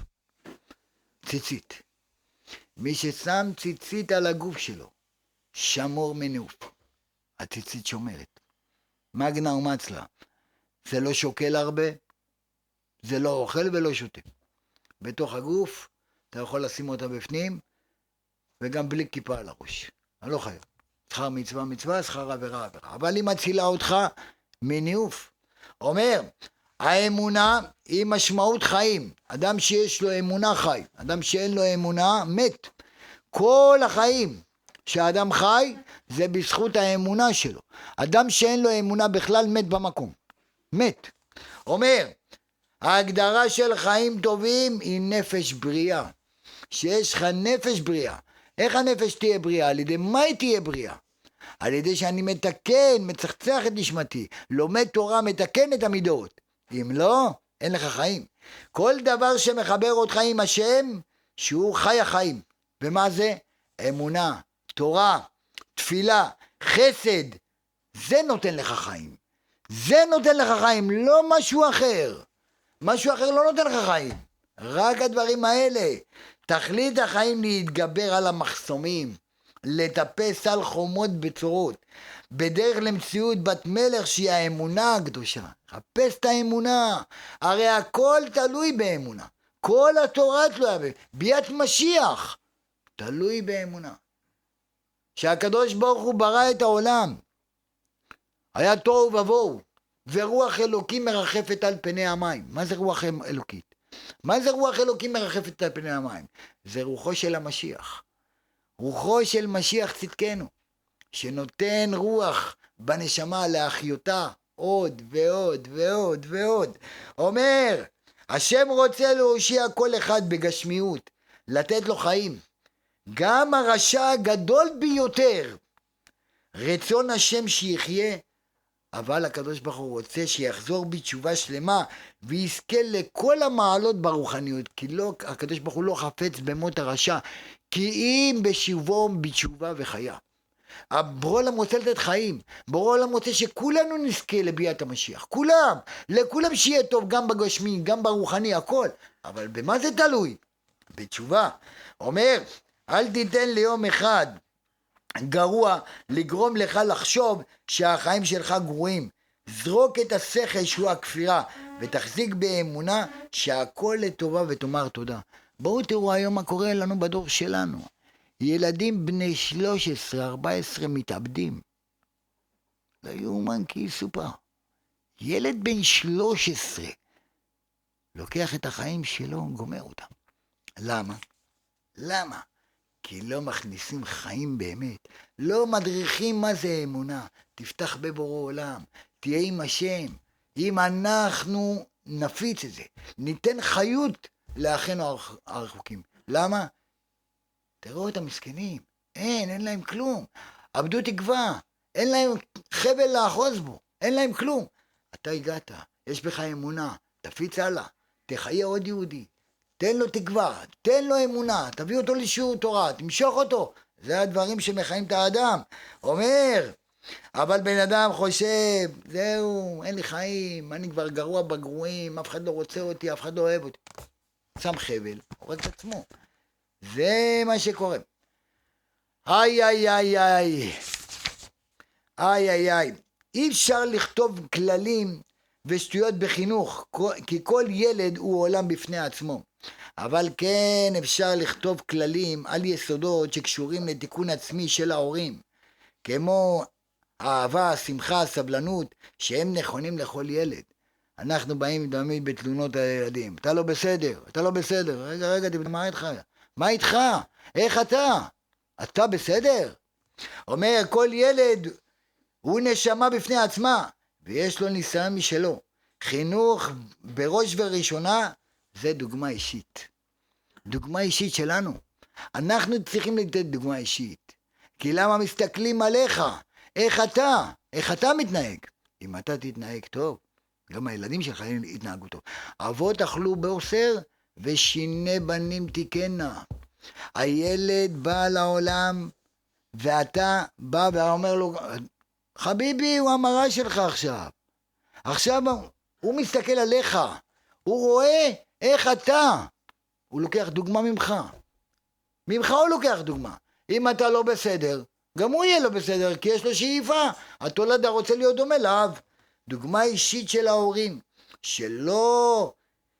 ציצית. מי ששם ציצית על הגוף שלו, שמור מניאוף. הציצית שומרת. מגנה ומצלה, זה לא שוקל הרבה, זה לא אוכל ולא שותה. בתוך הגוף, אתה יכול לשים אותה בפנים, וגם בלי כיפה על הראש. אני לא חייב. שכר מצווה מצווה, שכר עבירה עבירה. אבל היא מצילה אותך מניאוף. אומר, האמונה היא משמעות חיים. אדם שיש לו אמונה חי, אדם שאין לו אמונה מת. כל החיים שהאדם חי, זה בזכות האמונה שלו. אדם שאין לו אמונה בכלל מת במקום. מת. אומר, ההגדרה של חיים טובים היא נפש בריאה. שיש לך נפש בריאה. איך הנפש תהיה בריאה? על ידי מה היא תהיה בריאה? על ידי שאני מתקן, מצחצח את נשמתי. לומד תורה, מתקן את המידות. אם לא, אין לך חיים. כל דבר שמחבר אותך עם השם, שהוא חי החיים. ומה זה? אמונה, תורה, תפילה, חסד, זה נותן לך חיים. זה נותן לך חיים, לא משהו אחר. משהו אחר לא נותן לך חיים. רק הדברים האלה. תכלית החיים להתגבר על המחסומים, לטפס על חומות בצורות, בדרך למציאות בת מלך שהיא האמונה הקדושה. חפש את האמונה, הרי הכל תלוי באמונה. כל התורה תלויה ביאת משיח, תלוי באמונה. שהקדוש ברוך הוא ברא את העולם, היה תוהו ובוהו, ורוח אלוקים מרחפת על פני המים. מה זה רוח אלוקית? מה זה רוח אלוקים מרחפת על פני המים? זה רוחו של המשיח. רוחו של משיח צדקנו, שנותן רוח בנשמה להחיותה עוד ועוד ועוד ועוד. אומר, השם רוצה להושיע כל אחד בגשמיות, לתת לו חיים. גם הרשע הגדול ביותר, רצון השם שיחיה, אבל הקדוש ברוך הוא רוצה שיחזור בתשובה שלמה, ויזכה לכל המעלות ברוחניות, כי לא, הקדוש ברוך הוא לא חפץ במות הרשע, כי אם בשובו בתשובה וחיה. הבורא עולם רוצה לתת חיים, בורא עולם רוצה שכולנו נזכה לביאת המשיח, כולם, לכולם שיהיה טוב, גם בגשמי, גם ברוחני, הכל, אבל במה זה תלוי? בתשובה. אומר, אל תיתן ליום אחד גרוע לגרום לך לחשוב שהחיים שלך גרועים. זרוק את השכל שהוא הכפירה, ותחזיק באמונה שהכל לטובה ותאמר תודה. בואו תראו היום מה קורה לנו בדור שלנו. ילדים בני שלוש עשרה ארבע עשרה מתאבדים. לא יאומן כי יסופר. ילד בן שלוש עשרה לוקח את החיים שלו וגומר אותם. למה? למה? כי לא מכניסים חיים באמת. לא מדריכים מה זה אמונה. תפתח בבורא עולם. תהיה עם השם. אם אנחנו נפיץ את זה, ניתן חיות לאחינו הרחוקים. למה? תראו את המסכנים. אין, אין להם כלום. עבדו תקווה. אין להם חבל לאחוז בו. אין להם כלום. אתה הגעת. יש בך אמונה. תפיץ הלאה. תחיה עוד יהודי. תן לו תקווה. תן לו אמונה. תביא אותו לשיעור תורה. תמשוך אותו. זה הדברים שמחיים את האדם. אומר, אבל בן אדם חושב, זהו, אין לי חיים, אני כבר גרוע בגרועים, אף אחד לא רוצה אותי, אף אחד לא אוהב אותי. שם חבל, הורג את עצמו. זה מה שקורה. איי איי איי איי. איי איי איי. אי אפשר לכתוב כללים ושטויות בחינוך, כי כל ילד הוא עולם בפני עצמו. אבל כן אפשר לכתוב כללים על יסודות שקשורים לתיקון עצמי של ההורים. כמו אהבה, שמחה, סבלנות, שהם נכונים לכל ילד. אנחנו באים תמיד בתלונות הילדים. אתה לא בסדר, אתה לא בסדר. רגע, רגע, מה איתך? מה איתך? איך אתה? אתה בסדר? אומר, כל ילד הוא נשמה בפני עצמה, ויש לו ניסיון משלו. חינוך בראש וראשונה, זה דוגמה אישית. דוגמה אישית שלנו. אנחנו צריכים לתת דוגמה אישית. כי למה מסתכלים עליך? איך אתה? איך אתה מתנהג? אם אתה תתנהג טוב, גם הילדים שלך יתנהגו טוב. אבות אכלו בעושר ושיני בנים תיקנה. הילד בא לעולם ואתה בא ואומר לו, חביבי, הוא המראה שלך עכשיו. עכשיו הוא מסתכל עליך. הוא רואה איך אתה. הוא לוקח דוגמה ממך. ממך הוא לוקח דוגמה. אם אתה לא בסדר, גם הוא יהיה לו בסדר, כי יש לו שאיפה. התולדה רוצה להיות דומה לאב. דוגמה אישית של ההורים, שלא,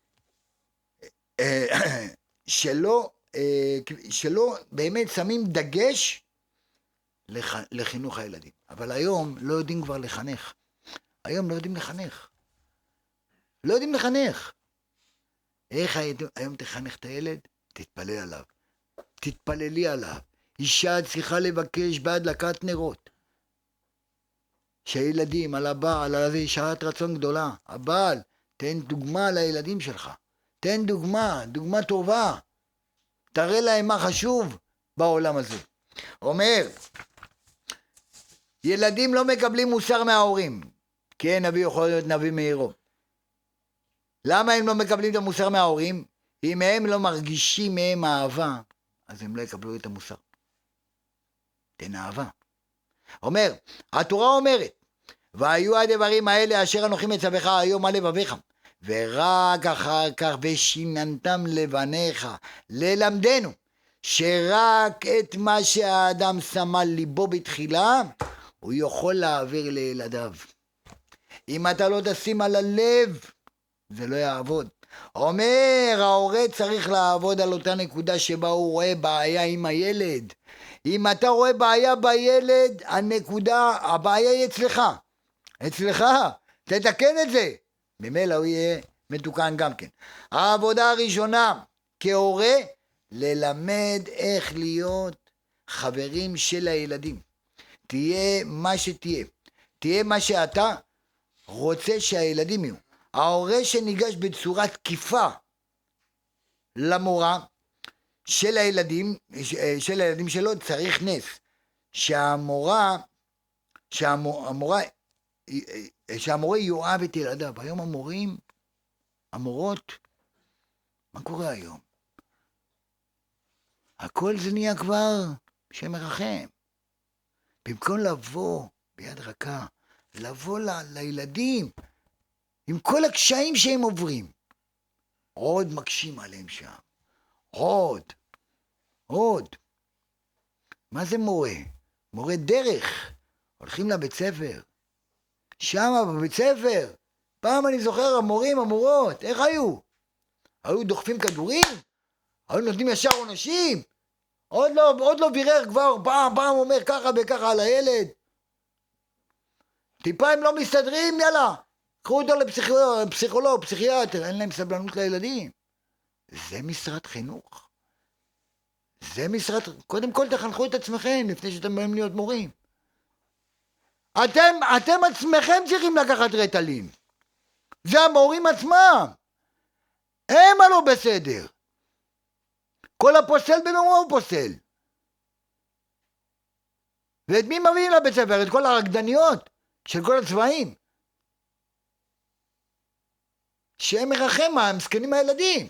שלא, שלא באמת שמים דגש לחינוך הילדים. אבל היום לא יודעים כבר לחנך. היום לא יודעים לחנך. לא יודעים לחנך. איך היום תחנך את הילד? תתפלל עליו. תתפללי עליו. אישה צריכה לבקש בהדלקת נרות. שהילדים, על הבעל, על הזה, שעת רצון גדולה. הבעל, תן דוגמה לילדים שלך. תן דוגמה, דוגמה טובה. תראה להם מה חשוב בעולם הזה. אומר, ילדים לא מקבלים מוסר מההורים. כן, נביא יכול להיות נביא מאירו. למה הם לא מקבלים את המוסר מההורים? אם הם לא מרגישים מהם אהבה, אז הם לא יקבלו את המוסר. תן אהבה. אומר, התורה אומרת, והיו הדברים האלה אשר אנוכי מצווך היום על לבביך, ורק אחר כך ושיננתם לבניך, ללמדנו, שרק את מה שהאדם שם על ליבו בתחילה, הוא יכול להעביר לילדיו. אם אתה לא תשים על הלב, זה לא יעבוד. אומר, ההורה צריך לעבוד על אותה נקודה שבה הוא רואה בעיה עם הילד. אם אתה רואה בעיה בילד, הנקודה, הבעיה היא אצלך. אצלך, תתקן את זה. ממילא הוא יהיה מתוקן גם כן. העבודה הראשונה כהורה, ללמד איך להיות חברים של הילדים. תהיה מה שתהיה. תהיה מה שאתה רוצה שהילדים יהיו. ההורה שניגש בצורה תקיפה למורה של הילדים, של הילדים שלו, צריך נס. שהמורה, שהמורה, שהמורה יאהב את ילדיו. היום המורים, המורות, מה קורה היום? הכל זה נהיה כבר שמרחם. במקום לבוא ביד רכה, לבוא ל, לילדים, עם כל הקשיים שהם עוברים, עוד מקשים עליהם שם. עוד, עוד. מה זה מורה? מורה דרך. הולכים לבית ספר. שם בבית ספר. פעם אני זוכר המורים, המורות, איך היו? היו דוחפים כדורים? היו נותנים ישר עונשים? עוד לא, עוד לא בירר כבר, פעם, פעם אומר ככה וככה על הילד. טיפה הם לא מסתדרים, יאללה. קחו אותו לפסיכולוג, פסיכולוג, פסיכיאטר, אין להם סבלנות לילדים. זה משרד חינוך. זה משרד, קודם כל תחנכו את עצמכם לפני שאתם באים להיות מורים. אתם, אתם עצמכם צריכים לקחת רטלין. זה המורים עצמם. הם הלא בסדר. כל הפוסל במומו הוא פוסל. ואת מי מביאים לבית ספר? את כל הרקדניות של כל הצבעים. שהם מרחם מה, הם מסכנים הילדים.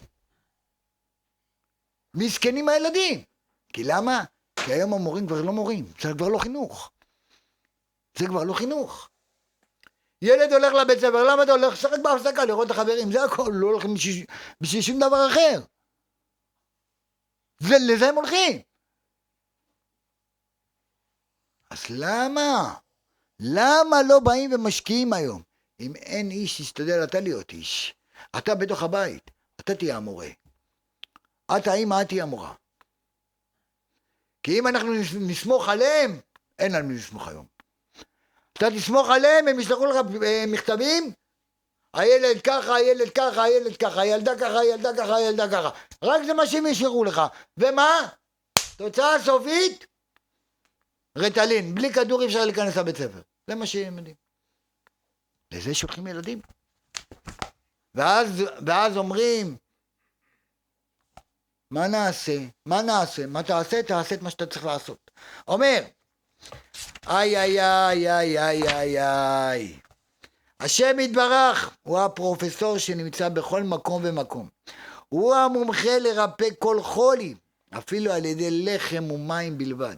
מסכנים הילדים. כי למה? כי היום המורים כבר לא מורים, זה כבר לא חינוך. זה כבר לא חינוך. ילד הולך לבית ספר, למה אתה הולך? שחק בהפסקה לראות את החברים, זה הכל, לא הולכים בשביל, בשביל שום דבר אחר. ולזה הם הולכים. אז למה? למה לא באים ומשקיעים היום? אם אין איש, תשתדל אתה להיות איש. אתה בתוך הבית, אתה תהיה המורה. אתה האמא, את תהיה המורה. כי אם אנחנו נסמוך עליהם, אין על מי לסמוך היום. אתה תסמוך עליהם, הם ישלחו לך מכתבים, הילד ככה, הילד ככה, הילד ככה, הילדה ככה, הילדה ככה, הילדה ככה. רק זה מה שהם ישארו לך. ומה? תוצאה סופית, רטלין. בלי כדור אפשר להיכנס לבית ספר. זה מה שהם יודעים. לזה שולחים ילדים. ואז, ואז אומרים, מה נעשה? מה נעשה? מה תעשה? תעשה את מה שאתה צריך לעשות. אומר, איי איי איי איי איי איי איי. השם יתברך הוא הפרופסור שנמצא בכל מקום ומקום. הוא המומחה לרפא כל חולי, אפילו על ידי לחם ומים בלבד.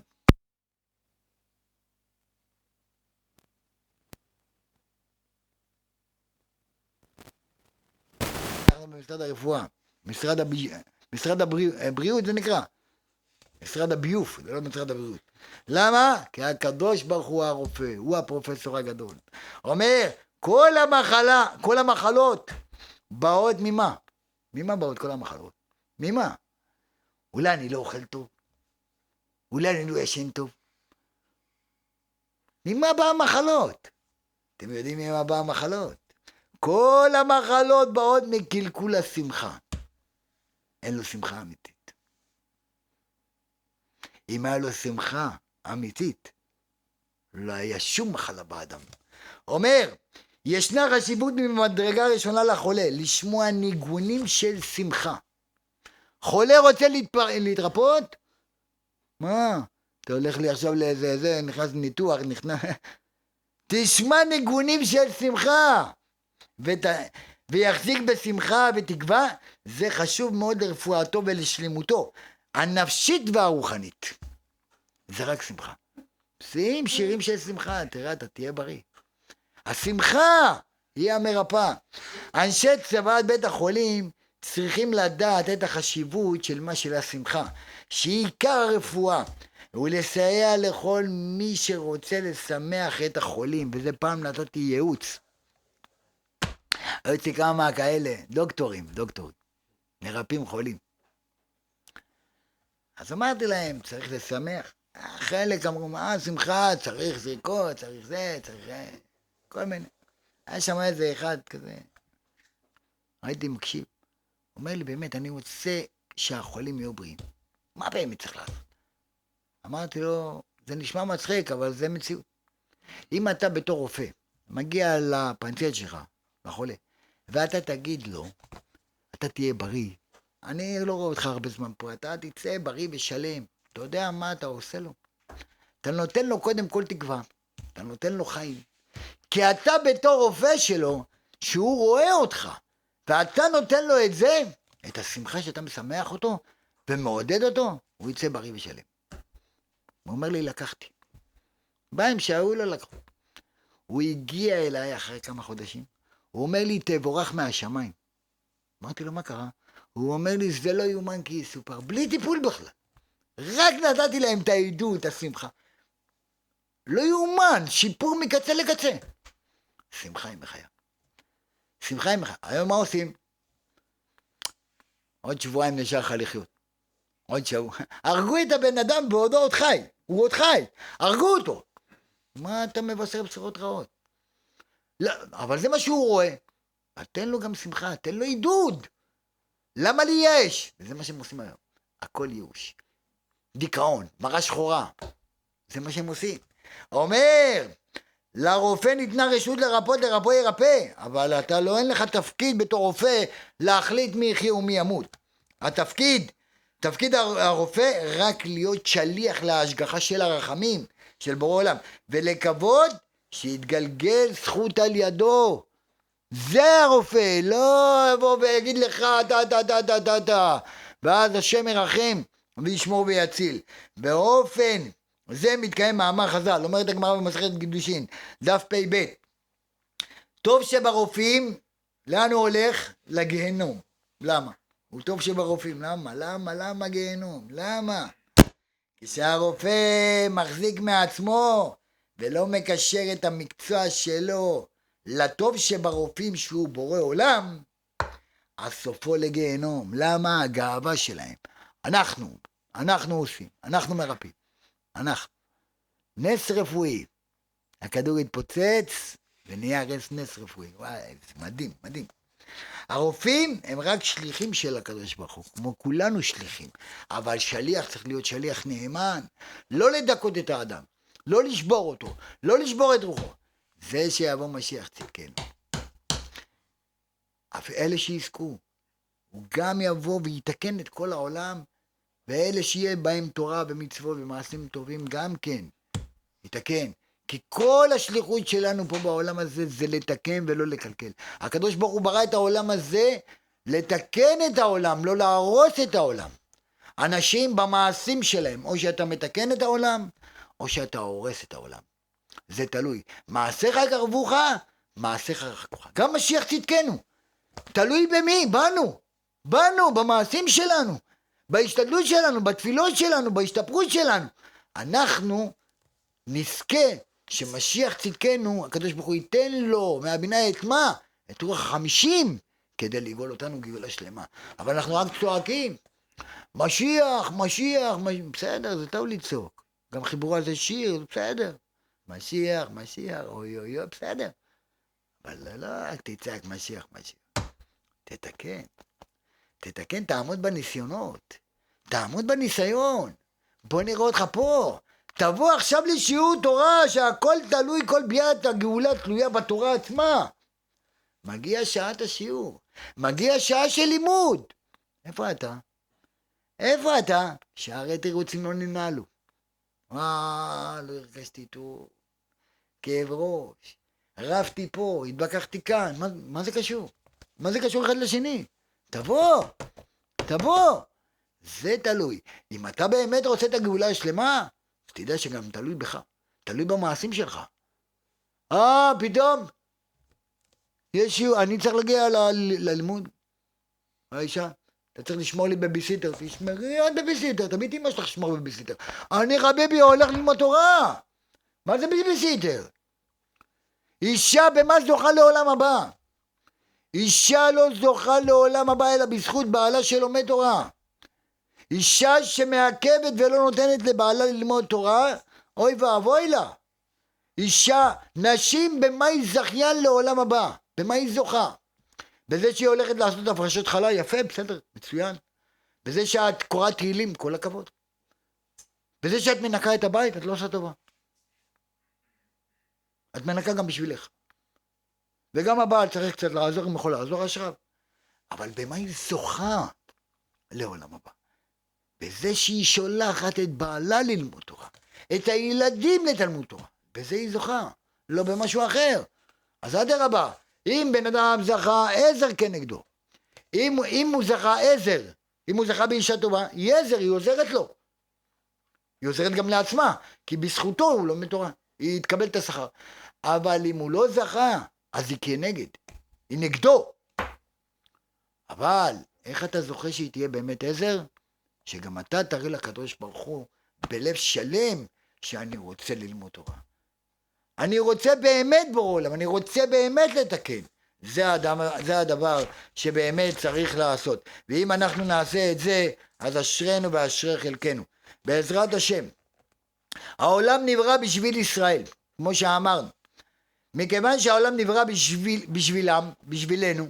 אנחנו במשרד הרפואה, משרד, הב... משרד הבריאות זה נקרא. משרד הביוף, זה לא משרד הבריאות. למה? כי הקדוש ברוך הוא הרופא, הוא הפרופסור הגדול. אומר, כל המחלה, כל המחלות באות ממה? ממה באות כל המחלות? ממה? אולי אני לא אוכל טוב? אולי אני לא ישן טוב? ממה באה המחלות? אתם יודעים ממה באה המחלות? כל המחלות באות מקלקול השמחה. אין לו שמחה אמיתית. אם היה לו שמחה אמיתית, לא היה שום מחלה באדם. אומר, ישנה חשיבות ממדרגה ראשונה לחולה, לשמוע ניגונים של שמחה. חולה רוצה להתפר... להתרפות? מה? אתה הולך לי עכשיו לאיזה, זה, נכנס ניתוח, נכנס... תשמע ניגונים של שמחה, ות... ויחזיק בשמחה ותקווה, זה חשוב מאוד לרפואתו ולשלימותו, הנפשית והרוחנית. זה רק שמחה. שים שירים של שמחה, תראה, אתה תהיה בריא. השמחה היא המרפאה. אנשי צוות בית החולים צריכים לדעת את החשיבות של מה של השמחה, שהיא עיקר הרפואה, ולסייע לכל מי שרוצה לשמח את החולים. וזה פעם נתתי ייעוץ. הייתי כמה כאלה, דוקטורים, דוקטורים, מרפאים חולים. אז אמרתי להם, צריך לשמח. חלק אמרו, מה שמחה, צריך זריקות, צריך זה, צריך זה, כל מיני. היה שם איזה אחד כזה, הייתי מקשיב. אומר לי, באמת, אני רוצה שהחולים יהיו בריאים. מה באמת צריך לעשות? אמרתי לו, זה נשמע מצחיק, אבל זה מציאות. אם אתה בתור רופא, מגיע לפנצ'ט שלך, לחולה, ואתה תגיד לו, אתה תהיה בריא, אני לא רואה אותך הרבה זמן פה, אתה תצא בריא ושלם, אתה יודע מה אתה עושה לו? אתה נותן לו קודם כל תקווה, אתה נותן לו חיים, כי אתה בתור רופא שלו, שהוא רואה אותך, ואתה נותן לו את זה, את השמחה שאתה משמח אותו, ומעודד אותו, הוא יצא בריא ושלם. הוא אומר לי, לקחתי. בהם שהיו לו לקחו. הוא הגיע אליי אחרי כמה חודשים, הוא אומר לי, תבורך מהשמיים. אמרתי לו, מה קרה? הוא אומר לי, זה לא יומן כי יסופר, בלי טיפול בכלל. רק נתתי להם את העדות, את השמחה. לא יומן, שיפור מקצה לקצה. שמחה היא מחיה. שמחה היא מחיה. היום מה עושים? עוד שבועיים נשאר לך לחיות. עוד שבוע. הרגו את הבן אדם בעודו עוד חי. הוא עוד חי. הרגו אותו. מה אתה מבשר בשורות רעות? לא, אבל זה מה שהוא רואה. תן לו גם שמחה, תן לו עידוד. למה לי יש? וזה מה שהם עושים היום. הכל ייאוש. דיכאון, מראה שחורה. זה מה שהם עושים. אומר, לרופא ניתנה רשות לרפות, לרפוא ירפא. אבל אתה לא, אין לך תפקיד בתור רופא להחליט מי יחיה ומי ימות. התפקיד, תפקיד הרופא רק להיות שליח להשגחה של הרחמים, של בורא עולם. ולקוות שיתגלגל זכות על ידו. זה הרופא, לא יבוא ויגיד לך דה דה דה דה דה דה, ואז השם ירחם וישמור ויציל. באופן זה מתקיים מאמר חז"ל, אומרת הגמרא במסכת קידושין, דף פי ב', טוב שברופאים, לאן הוא הולך? לגיהנום. למה? הוא טוב שברופאים, למה? למה? למה גיהנום? למה? כשהרופא מחזיק מעצמו ולא מקשר את המקצוע שלו לטוב שברופאים שהוא בורא עולם, אז סופו לגיהנום. למה? הגאווה שלהם. אנחנו, אנחנו עושים, אנחנו מרפאים. אנחנו. נס רפואי. הכדור התפוצץ ונהיה רס נס רפואי. וואי, זה מדהים, מדהים. הרופאים הם רק שליחים של הקדוש ברוך הוא, כמו כולנו שליחים. אבל שליח צריך להיות שליח נאמן. לא לדכות את האדם, לא לשבור אותו, לא לשבור את רוחו. זה שיבוא משיח צדקנו. אף אלה שיזכו, הוא גם יבוא ויתקן את כל העולם, ואלה שיהיה בהם תורה ומצוות ומעשים טובים גם כן, יתקן. כי כל השליחות שלנו פה בעולם הזה זה לתקן ולא לקלקל. הקדוש ברוך הוא ברא את העולם הזה לתקן את העולם, לא להרוס את העולם. אנשים במעשים שלהם, או שאתה מתקן את העולם, או שאתה הורס את העולם. זה תלוי. מעשיך יקרבוך, מעשיך ירחקוך. גם משיח צדקנו. תלוי במי? בנו. בנו, במעשים שלנו. בהשתדלות שלנו, בתפילות שלנו, בהשתפרות שלנו. אנחנו נזכה שמשיח צדקנו, הקדוש ברוך הוא ייתן לו מהבינה את מה? את רוח החמישים, כדי לגאול אותנו גאולה שלמה. אבל אנחנו רק צועקים. משיח, משיח, משיח. בסדר, זה טוב לצעוק. גם חיבור על זה שיר, בסדר. משיח, משיח, אוי אוי אוי, בסדר. אבל לא, לא, רק תצעק משיח, משיח. תתקן. תתקן, תעמוד בניסיונות. תעמוד בניסיון. בוא נראה אותך פה. תבוא עכשיו לשיעור תורה, שהכל תלוי, כל ביאת הגאולה תלויה בתורה עצמה. מגיע שעת השיעור. מגיע שעה של לימוד. איפה אתה? איפה אתה? שערי תירוצים לא ננעלו. אה, לא הרגשתי טוב. כאב ראש. רבתי פה, התבקחתי כאן. מה, מה זה קשור? מה זה קשור אחד לשני? תבוא. תבוא. זה תלוי. אם אתה באמת רוצה את הגאולה השלמה, אז תדע שגם תלוי בך. תלוי במעשים שלך. אה, פתאום. יש שיעור, אני צריך להגיע ל, ל, ללימוד. האישה, אתה צריך לשמור לי בביסיטר, תשמרי עד בביסיטר, תמיד אמא שלך לשמור בביסיטר. אני חביבי הולך ללמוד תורה. מה זה בביסיטר? אישה במה זוכה לעולם הבא? אישה לא זוכה לעולם הבא אלא בזכות בעלה שלומד תורה. אישה שמעכבת ולא נותנת לבעלה ללמוד תורה, אוי ואבוי לה. אישה, נשים במה היא זכיין לעולם הבא? במה היא זוכה? בזה שהיא הולכת לעשות הפרשות חלה, יפה, בסדר, מצוין. בזה שאת קוראת תהילים, כל הכבוד. בזה שאת מנקה את הבית, את לא עושה טובה. את מנקה גם בשבילך. וגם הבעל צריך קצת לעזור, אם יכול לעזור אשריו. אבל במה היא זוכה לעולם הבא? בזה שהיא שולחת את בעלה ללמוד תורה, את הילדים לתלמוד תורה. בזה היא זוכה, לא במשהו אחר. אז אדרבה, אם בן אדם זכה עזר כנגדו, אם, אם הוא זכה עזר, אם הוא זכה באישה טובה, היא עזר, היא עוזרת לו. היא עוזרת גם לעצמה, כי בזכותו הוא לומד תורה, היא תקבל את השכר. אבל אם הוא לא זכה, אז היא כנגד, היא נגדו. אבל איך אתה זוכה שהיא תהיה באמת עזר? שגם אתה תראה לקדוש ברוך הוא בלב שלם שאני רוצה ללמוד תורה. אני רוצה באמת בעולם, אני רוצה באמת לתקן. זה הדבר, זה הדבר שבאמת צריך לעשות. ואם אנחנו נעשה את זה, אז אשרנו ואשרי חלקנו. בעזרת השם. העולם נברא בשביל ישראל, כמו שאמרנו. מכיוון שהעולם נברא בשביל, בשבילם, בשבילנו,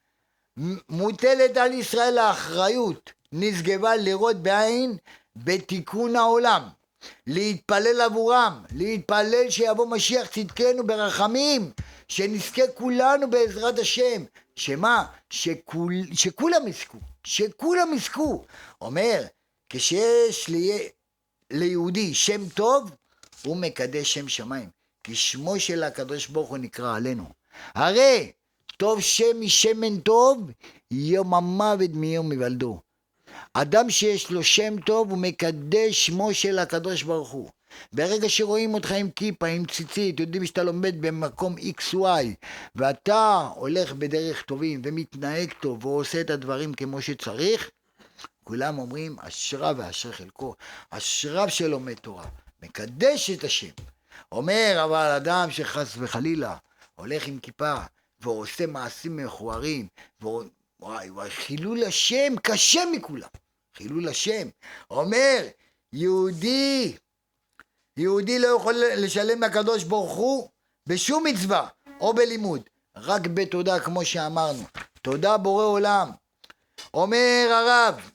מוטלת על ישראל האחריות, נשגבה לראות בעין בתיקון העולם. להתפלל עבורם, להתפלל שיבוא משיח צדקנו ברחמים, שנזכה כולנו בעזרת השם. שמה? שכול, שכולם יזכו, שכולם יזכו. אומר, כשיש לי, ליהודי שם טוב, הוא מקדש שם שמיים, כי שמו של הקדוש ברוך הוא נקרא עלינו. הרי טוב שם משמן טוב, יום המוות מיום מבלדו. אדם שיש לו שם טוב הוא מקדש שמו של הקדוש ברוך הוא. ברגע שרואים אותך עם כיפה, עם ציצית, יודעים שאתה לומד במקום אקס וואי, ואתה הולך בדרך טובים ומתנהג טוב ועושה את הדברים כמו שצריך, כולם אומרים אשריו ואשרי חלקו, אשריו שלומד תורה, מקדש את השם. אומר אבל אדם שחס וחלילה הולך עם כיפה ועושה מעשים מכוערים, וואי וואי, חילול השם קשה מכולם, חילול השם. אומר יהודי, יהודי לא יכול לשלם לקדוש ברוך הוא בשום מצווה או בלימוד, רק בתודה, כמו שאמרנו, תודה בורא עולם. אומר הרב,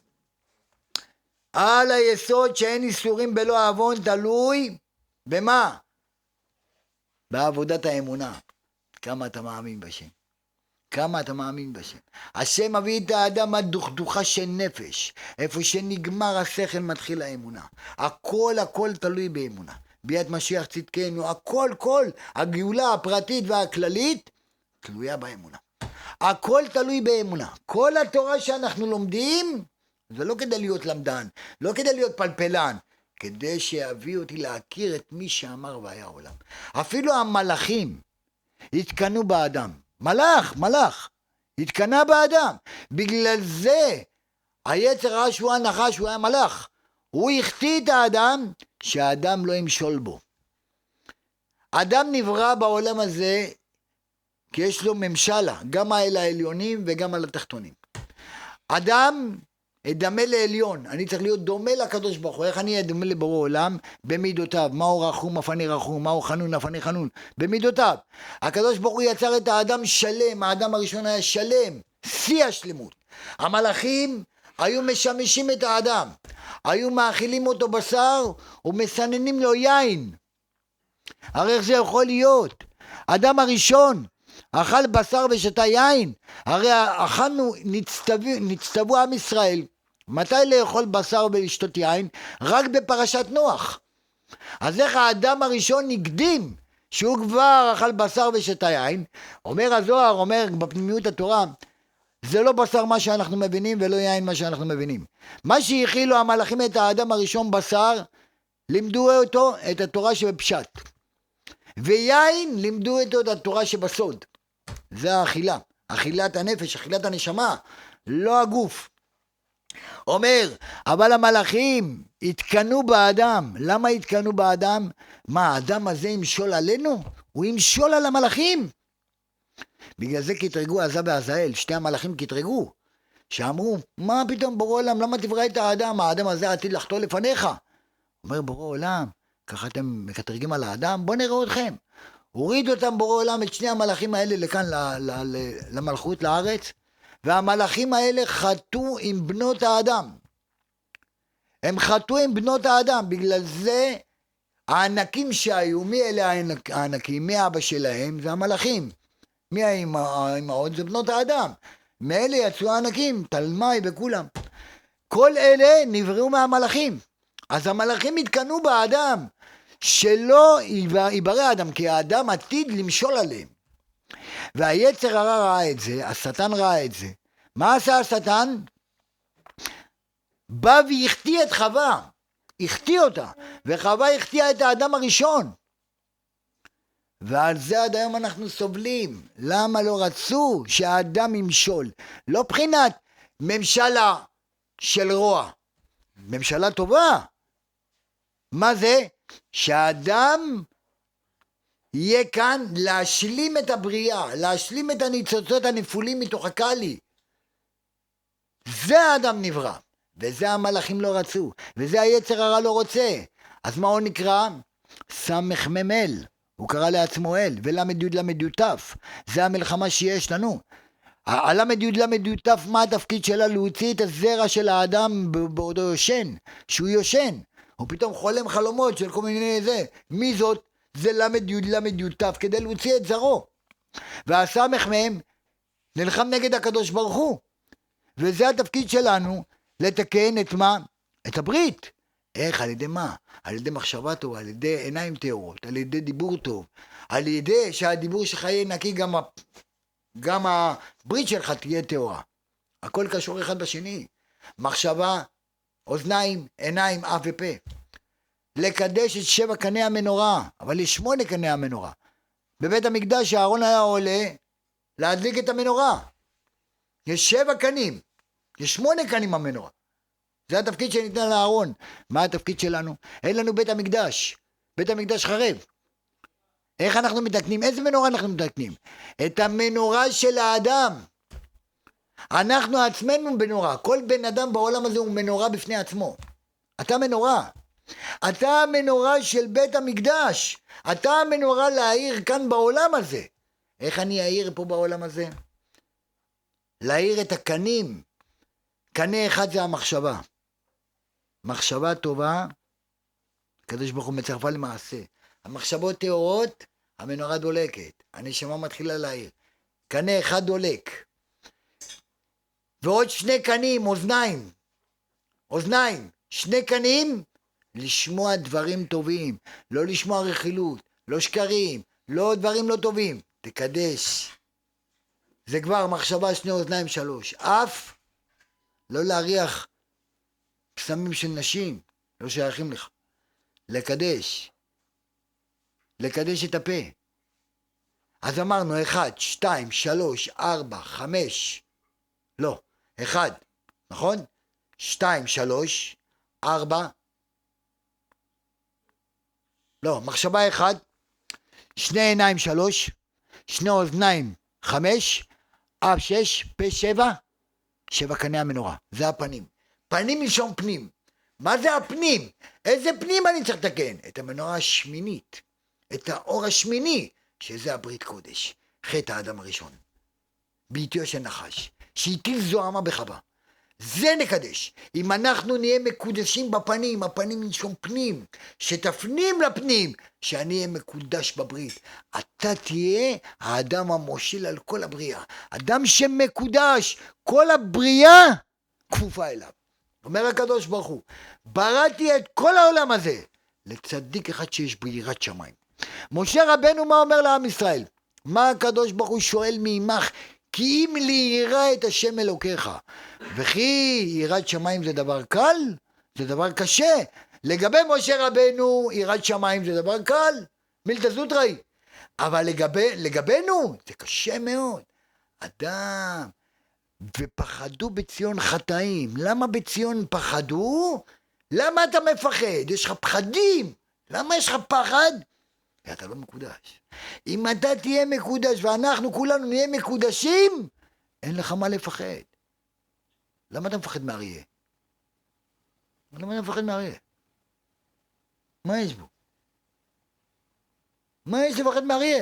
על היסוד שאין איסורים בלא עוון תלוי במה? בעבודת האמונה. כמה אתה מאמין בשם, כמה אתה מאמין בשם. השם מביא את האדם הדוכדוכה של נפש, איפה שנגמר השכל מתחיל האמונה. הכל הכל תלוי באמונה, ביאת משיח צדקנו, הכל כל הגאולה הפרטית והכללית תלויה באמונה. הכל תלוי באמונה. כל התורה שאנחנו לומדים זה לא כדי להיות למדן, לא כדי להיות פלפלן, כדי שיביא אותי להכיר את מי שאמר והיה עולם. אפילו המלאכים התקנו באדם, מלאך, מלאך, התקנה באדם. בגלל זה היצר הרע שהוא הנחש, הוא היה מלאך. הוא החטיא את האדם שהאדם לא ימשול בו. אדם נברא בעולם הזה כי יש לו ממשלה, גם על העליונים וגם על התחתונים. אדם דומה לעליון, אני צריך להיות דומה לקדוש ברוך הוא. איך אני אהיה דומה לבורא עולם? במידותיו. מהו רחום אף אני רחום, מהו חנון אף אני חנון, במידותיו. הקדוש ברוך הוא יצר את האדם שלם, האדם הראשון היה שלם, שיא השלמות. המלאכים היו משמשים את האדם, היו מאכילים אותו בשר ומסננים לו יין. הרי איך זה יכול להיות? האדם הראשון אכל בשר ושתה יין. הרי אכלנו, נצטוו, נצטוו עם ישראל מתי לאכול בשר ולשתות יין? רק בפרשת נוח. אז איך האדם הראשון נקדים שהוא כבר אכל בשר ושתה יין? אומר הזוהר, אומר בפנימיות התורה, זה לא בשר מה שאנחנו מבינים ולא יין מה שאנחנו מבינים. מה שהכילו המלאכים את האדם הראשון בשר, לימדו אותו את התורה שבפשט, ויין לימדו אותו את התורה שבסוד. זה האכילה, אכילת הנפש, אכילת הנשמה, לא הגוף. אומר, אבל המלאכים התקנו באדם. למה התקנו באדם? מה, האדם הזה ימשול עלינו? הוא ימשול על המלאכים. בגלל זה כתרגו עזה ועזאל, שתי המלאכים כתרגו, שאמרו, מה פתאום בורא עולם, למה תברא את האדם? האדם הזה עתיד לחטוא לפניך. אומר בורא עולם, ככה אתם מקטרגים על האדם? בוא נראה אתכם. הוריד אותם בורא עולם, את שני המלאכים האלה לכאן, ל- ל- ל- למלכות, לארץ, והמלאכים האלה חטאו עם בנות האדם. הם חטאו עם בנות האדם, בגלל זה הענקים שהיו, מי אלה הענק, הענקים? מי אבא שלהם? זה המלאכים. מי האמהות? זה בנות האדם. מאלה יצאו הענקים, תלמי וכולם. כל אלה נבראו מהמלאכים. אז המלאכים התקנו באדם, שלא יברא האדם, כי האדם עתיד למשול עליהם. והיצר הרע ראה את זה, השטן ראה את זה. מה עשה השטן? בא והחטיא את חווה, החטיא אותה, וחווה החטיאה את האדם הראשון. ועל זה עד היום אנחנו סובלים. למה לא רצו שהאדם ימשול? לא בחינת ממשלה של רוע, ממשלה טובה. מה זה? שהאדם יהיה כאן להשלים את הבריאה, להשלים את הניצוצות הנפולים מתוך הקלי. זה האדם נברא, וזה המלאכים לא רצו, וזה היצר הרע לא רוצה. אז מה הוא נקרא? סמך ממל, הוא קרא לעצמו אל, ולמד יוד למד יוטף. זה המלחמה שיש לנו. הלמד יוד למד יוטף, מה התפקיד שלה? להוציא את הזרע של האדם בעודו יושן, שהוא יושן. הוא פתאום חולם חלומות של כל מיני זה. מי זאת? זה למד יוד למד יוטף, כדי להוציא את זרעו. והסמך מהם נלחם נגד הקדוש ברוך הוא. וזה התפקיד שלנו, לתקן את מה? את הברית. איך? על ידי מה? על ידי מחשבה טובה, על ידי עיניים טהורות, על ידי דיבור טוב, על ידי שהדיבור שלך יהיה נקי, גם, ה... גם הברית שלך תהיה טהורה. הכל קשור אחד בשני. מחשבה, אוזניים, עיניים, אף ופה. לקדש את שבע קני המנורה, אבל יש שמונה קני המנורה. בבית המקדש הארון היה עולה להדליק את המנורה. יש שבע קנים, יש שמונה קנים המנורה. זה התפקיד שניתן לארון. מה התפקיד שלנו? אין לנו בית המקדש. בית המקדש חרב. איך אנחנו מתקנים? איזה מנורה אנחנו מתקנים? את המנורה של האדם. אנחנו עצמנו מנורה. כל בן אדם בעולם הזה הוא מנורה בפני עצמו. אתה מנורה. אתה המנורה של בית המקדש. אתה המנורה להאיר כאן בעולם הזה. איך אני אאיר פה בעולם הזה? להאיר את הקנים. קנה אחד זה המחשבה. מחשבה טובה, הקדוש ברוך הוא מצרפה למעשה. המחשבות טהורות, המנורה דולקת. הנשמה מתחילה להאיר. קנה אחד דולק. ועוד שני קנים, אוזניים. אוזניים. שני קנים, לשמוע דברים טובים. לא לשמוע רכילות, לא שקרים, לא דברים לא טובים. תקדש. זה כבר מחשבה שני אוזניים שלוש. אף לא להריח פסמים של נשים, לא שייכים לך. לקדש. לקדש את הפה. אז אמרנו אחד, שתיים, שלוש, ארבע, חמש. לא, אחד, נכון? שתיים, שלוש, ארבע. לא, מחשבה אחד, שני עיניים שלוש, שני אוזניים חמש, אף שש, פה שבע, שבע קני המנורה. זה הפנים. פנים מלשון פנים. מה זה הפנים? איזה פנים אני צריך לתקן? את המנורה השמינית. את האור השמיני, שזה הברית קודש. חטא האדם הראשון. בעיתו של נחש. שהטיל זוהמה בחווה. זה נקדש. אם אנחנו נהיה מקודשים בפנים, הפנים מלשון פנים, שתפנים לפנים, שאני אהיה מקודש בברית. אתה תהיה האדם המושיל על כל הבריאה. אדם שמקודש, כל הבריאה כפופה אליו. אומר הקדוש ברוך הוא, בראתי את כל העולם הזה לצדיק אחד שיש בו יראת שמיים. משה רבנו מה אומר לעם ישראל? מה הקדוש ברוך הוא שואל מעמך? כי אם לי יראה את השם אלוקיך, וכי יראת שמיים זה דבר קל? זה דבר קשה. לגבי משה רבנו יראת שמיים זה דבר קל, מילתא זוטראי. אבל לגבי, לגבינו, זה קשה מאוד. אדם, ופחדו בציון חטאים. למה בציון פחדו? למה אתה מפחד? יש לך פחדים. למה יש לך פחד? כי אתה לא מקודש. אם אתה תהיה מקודש ואנחנו כולנו נהיה מקודשים, אין לך מה לפחד. למה אתה מפחד מאריה? למה אתה מפחד מאריה? מה יש בו? מה יש לפחד מאריה?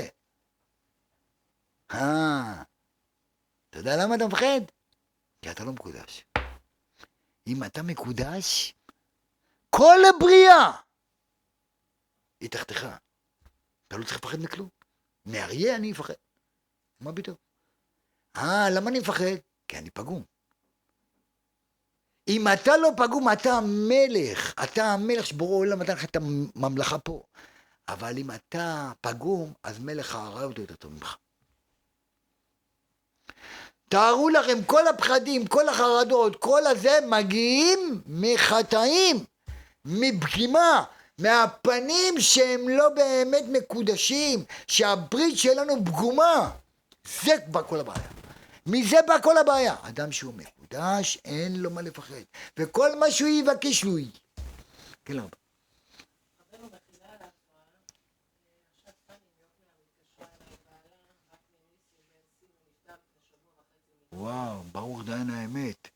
אה, אתה יודע למה אתה מפחד? כי אתה לא מקודש. אם אתה מקודש, כל הבריאה היא תחתיך. אתה לא צריך לפחד מכלום. מאריה אני אפחד. מה פתאום? אה, למה אני מפחד? כי אני פגום. אם אתה לא פגום, אתה המלך. אתה המלך שבורא עולם, אתה לך את הממלכה פה. אבל אם אתה פגום, אז מלך האריות יותר טוב ממך. תארו לכם, כל הפחדים, כל החרדות, כל הזה מגיעים מחטאים, מפגימה, מהפנים שהם לא באמת מקודשים, שהברית שלנו פגומה. זה בא כל הבעיה. מזה בא כל הבעיה. אדם שהוא מקודש, אין לו מה לפחד. וכל מה שהוא יבקש לו יהיה. כן, רבה. וואו, ברוך דיין האמת.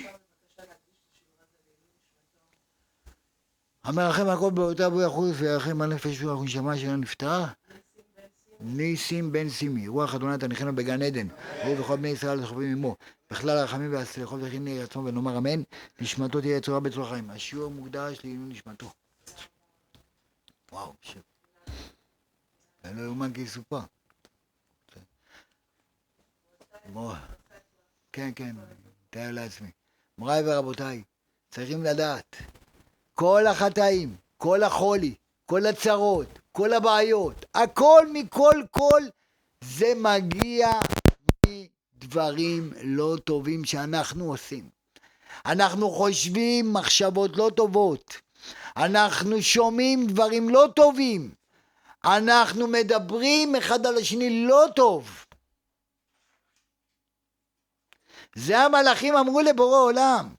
המרחם הכל באותה בו יחוס וירחם על נפש רוח ונשמה שלנו נפטר. ניסים בן סימי, רוח אדוני תניחנו בגן עדן, הוא וכל בני ישראל וחברים עמו, בכלל הרחמים והסליחות וכן יהי רצון ונאמר אמן, נשמתו תהיה צורה בצורה חיים. השיעור מוקדש לעילוי נשמתו. וואו, שב. זה לא יאומן כי יסופר. כן, כן, תאר לעצמי. מוריי ורבותיי, צריכים לדעת, כל החטאים, כל החולי, כל הצרות, כל הבעיות, הכל מכל כל, זה מגיע מדברים לא טובים שאנחנו עושים. אנחנו חושבים מחשבות לא טובות, אנחנו שומעים דברים לא טובים, אנחנו מדברים אחד על השני לא טוב. זה המלאכים אמרו לבורא עולם.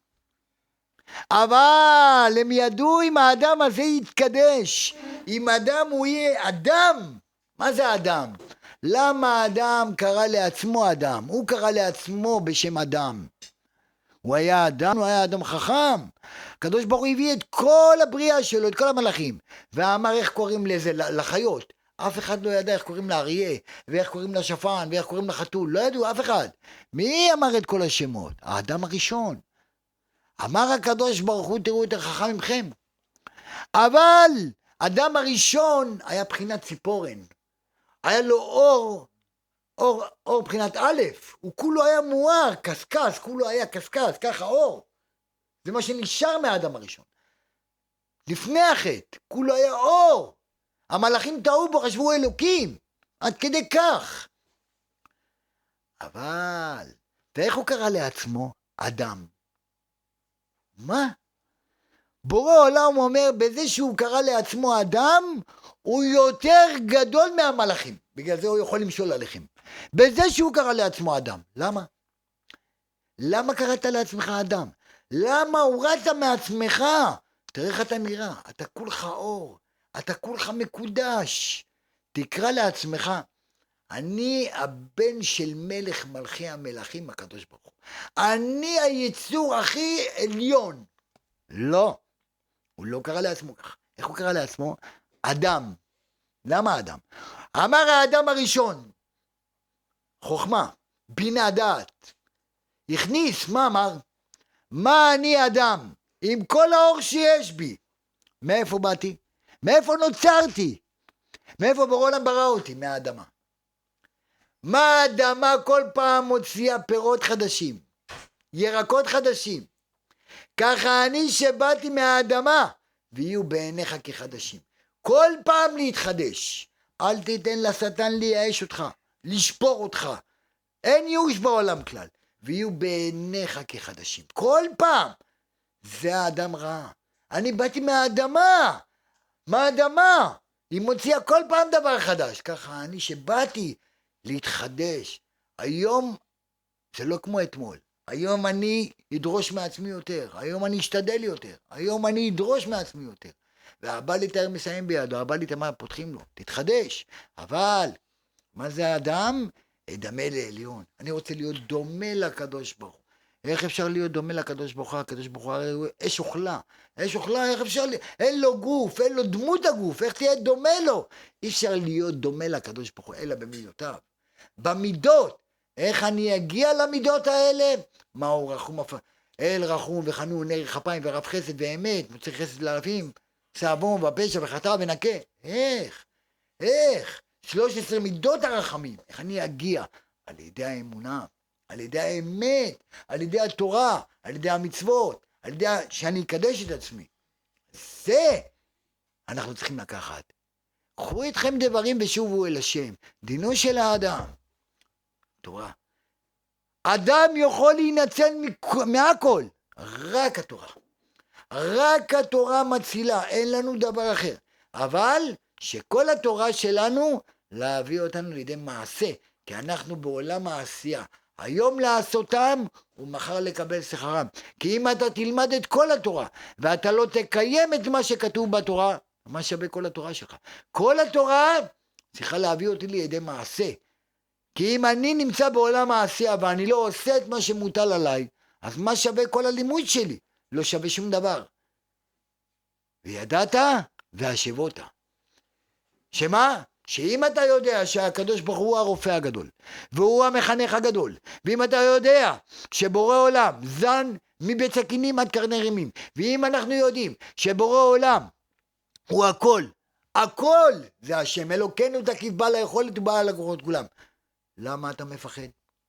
אבל הם ידעו אם האדם הזה יתקדש, אם אדם הוא יהיה אדם. מה זה אדם? למה האדם קרא לעצמו אדם? הוא קרא לעצמו בשם אדם. הוא היה אדם, הוא היה אדם חכם. הקדוש ברוך הוא הביא את כל הבריאה שלו, את כל המלאכים, ואמר איך קוראים לזה, לחיות. אף אחד לא ידע איך קוראים לאריה, ואיך קוראים לשפן, ואיך קוראים לחתול. לא ידעו אף אחד. מי אמר את כל השמות? האדם הראשון. אמר הקדוש ברוך הוא, תראו יותר חכם ממכם. אבל אדם הראשון היה בחינת ציפורן. היה לו אור, אור, אור בחינת א', הוא כולו היה מואר, קסקס, כולו היה קסקס, ככה אור. זה מה שנשאר מהאדם הראשון. לפני החטא, כולו היה אור. המלאכים טעו בו, חשבו אלוקים, עד כדי כך. אבל, ואיך הוא קרא לעצמו? אדם. מה? בורא עולם אומר, בזה שהוא קרא לעצמו אדם, הוא יותר גדול מהמלאכים. בגלל זה הוא יכול למשול עליכם. בזה שהוא קרא לעצמו אדם. למה? למה קראת לעצמך אדם? למה הורדת מעצמך? תראה איך אתה נראה, אתה כולך אור, אתה כולך מקודש. תקרא לעצמך, אני הבן של מלך מלכי המלכים הקדוש ברוך הוא. אני היצור הכי עליון. לא, הוא לא קרא לעצמו כך. איך הוא קרא לעצמו? אדם. למה אדם? אמר האדם הראשון, חוכמה, בינה דעת. הכניס, מה אמר? מה אני אדם? עם כל האור שיש בי. מאיפה באתי? מאיפה נוצרתי? מאיפה בורא עולם ברא אותי? מהאדמה. מה האדמה כל פעם מוציאה פירות חדשים, ירקות חדשים. ככה אני שבאתי מהאדמה, ויהיו בעיניך כחדשים. כל פעם להתחדש. אל תיתן לשטן לייאש אותך, לשפור אותך. אין ייאוש בעולם כלל. ויהיו בעיניך כחדשים. כל פעם. זה האדם רע. אני באתי מהאדמה. מהאדמה. היא מוציאה כל פעם דבר חדש. ככה אני שבאתי להתחדש. היום זה לא כמו אתמול. היום אני אדרוש מעצמי יותר. היום אני אשתדל יותר. היום אני אדרוש מעצמי יותר. והבא לתאר מסיים בידו, הבא לתאר פותחים לו. תתחדש. אבל, מה זה האדם? דמה לעליון. אני רוצה להיות דומה לקדוש ברוך הוא. איך אפשר להיות דומה לקדוש ברוך הוא? הקדוש ברוך הוא הרי הוא אש אוכלה. אש אוכלה, איך אפשר? אין לו גוף, אין לו דמות הגוף. איך תהיה דומה לו? אי אפשר להיות דומה לקדוש ברוך הוא, אלא במידותיו. במידות. איך אני אגיע למידות האלה? מהו רחום, אל רחום וחנון, נר כפיים ורב חסד ואמת, מוצא חסד לאלפים, צעבון ופשע וחטא ונקה. איך? איך? שלוש עשרה מידות הרחמים. איך אני אגיע? על ידי האמונה, על ידי האמת, על ידי התורה, על ידי המצוות, על ידי שאני אקדש את עצמי. זה אנחנו צריכים לקחת. קחו איתכם דברים ושובו אל השם. דינו של האדם. תורה. אדם יכול להינצל מהכל. רק התורה. רק התורה מצילה. אין לנו דבר אחר. אבל שכל התורה שלנו להביא אותנו לידי מעשה. כי אנחנו בעולם העשייה. היום לעשותם ומחר לקבל שכרם. כי אם אתה תלמד את כל התורה ואתה לא תקיים את מה שכתוב בתורה, מה שווה כל התורה שלך? כל התורה צריכה להביא אותי לידי מעשה. כי אם אני נמצא בעולם העשייה ואני לא עושה את מה שמוטל עליי, אז מה שווה כל הלימוד שלי? לא שווה שום דבר. וידעת והשבות. שמה? שאם אתה יודע שהקדוש ברוך הוא הרופא הגדול, והוא המחנך הגדול, ואם אתה יודע שבורא עולם זן מבית סכינים עד קרני רימים, ואם אנחנו יודעים שבורא עולם הוא הכל, הכל זה השם, אלוקינו תקיף בעל היכולת ובעל הכוחות כולם. למה אתה מפחד?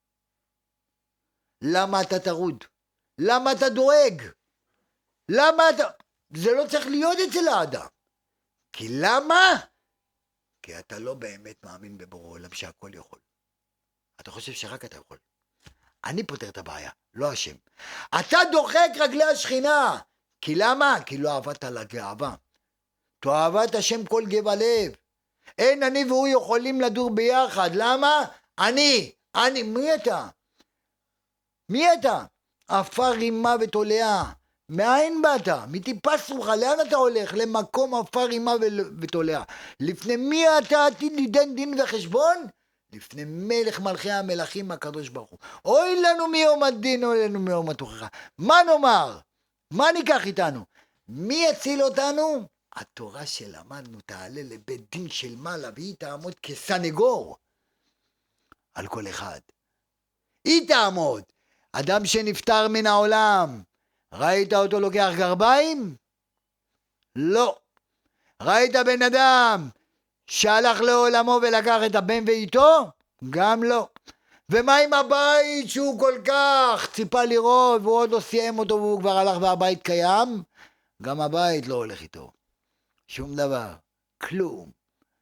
למה אתה טרוד? למה אתה דואג? למה אתה... זה לא צריך להיות אצל האדם. כי למה? כי אתה לא באמת מאמין בבורא עולם שהכל יכול. אתה חושב שרק אתה יכול. אני פותר את הבעיה, לא השם. אתה דוחק רגלי השכינה. כי למה? כי לא עבדת על הגאווה. תאהבת השם כל גבה לב. אין אני והוא יכולים לדור ביחד. למה? אני. אני. מי אתה? מי אתה? עפר רימה ותולע. מאין באת? מטיפס רוחך, לאן אתה הולך? למקום עפר רימה ותולע. לפני מי אתה עתיד ליתן דין וחשבון? לפני מלך מלכי המלכים הקדוש ברוך הוא. אוי לנו מיום הדין, אוי לנו מיום התוכחה. מה נאמר? מה ניקח איתנו? מי יציל אותנו? התורה שלמדנו תעלה לבית דין של מעלה, והיא תעמוד כסנגור על כל אחד. היא תעמוד. אדם שנפטר מן העולם, ראית אותו לוקח גרביים? לא. ראית בן אדם שהלך לעולמו ולקח את הבן ואיתו? גם לא. ומה עם הבית שהוא כל כך ציפה לראות והוא עוד לא סיים אותו והוא כבר הלך והבית קיים? גם הבית לא הולך איתו. שום דבר. כלום.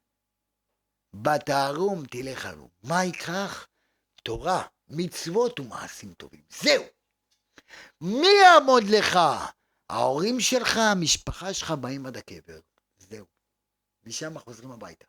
בתערום תלך עלום. מה יקרח? תורה, מצוות ומעשים טובים. זהו. מי יעמוד לך? ההורים שלך, המשפחה שלך באים עד הקבר. זהו. ושם חוזרים הביתה.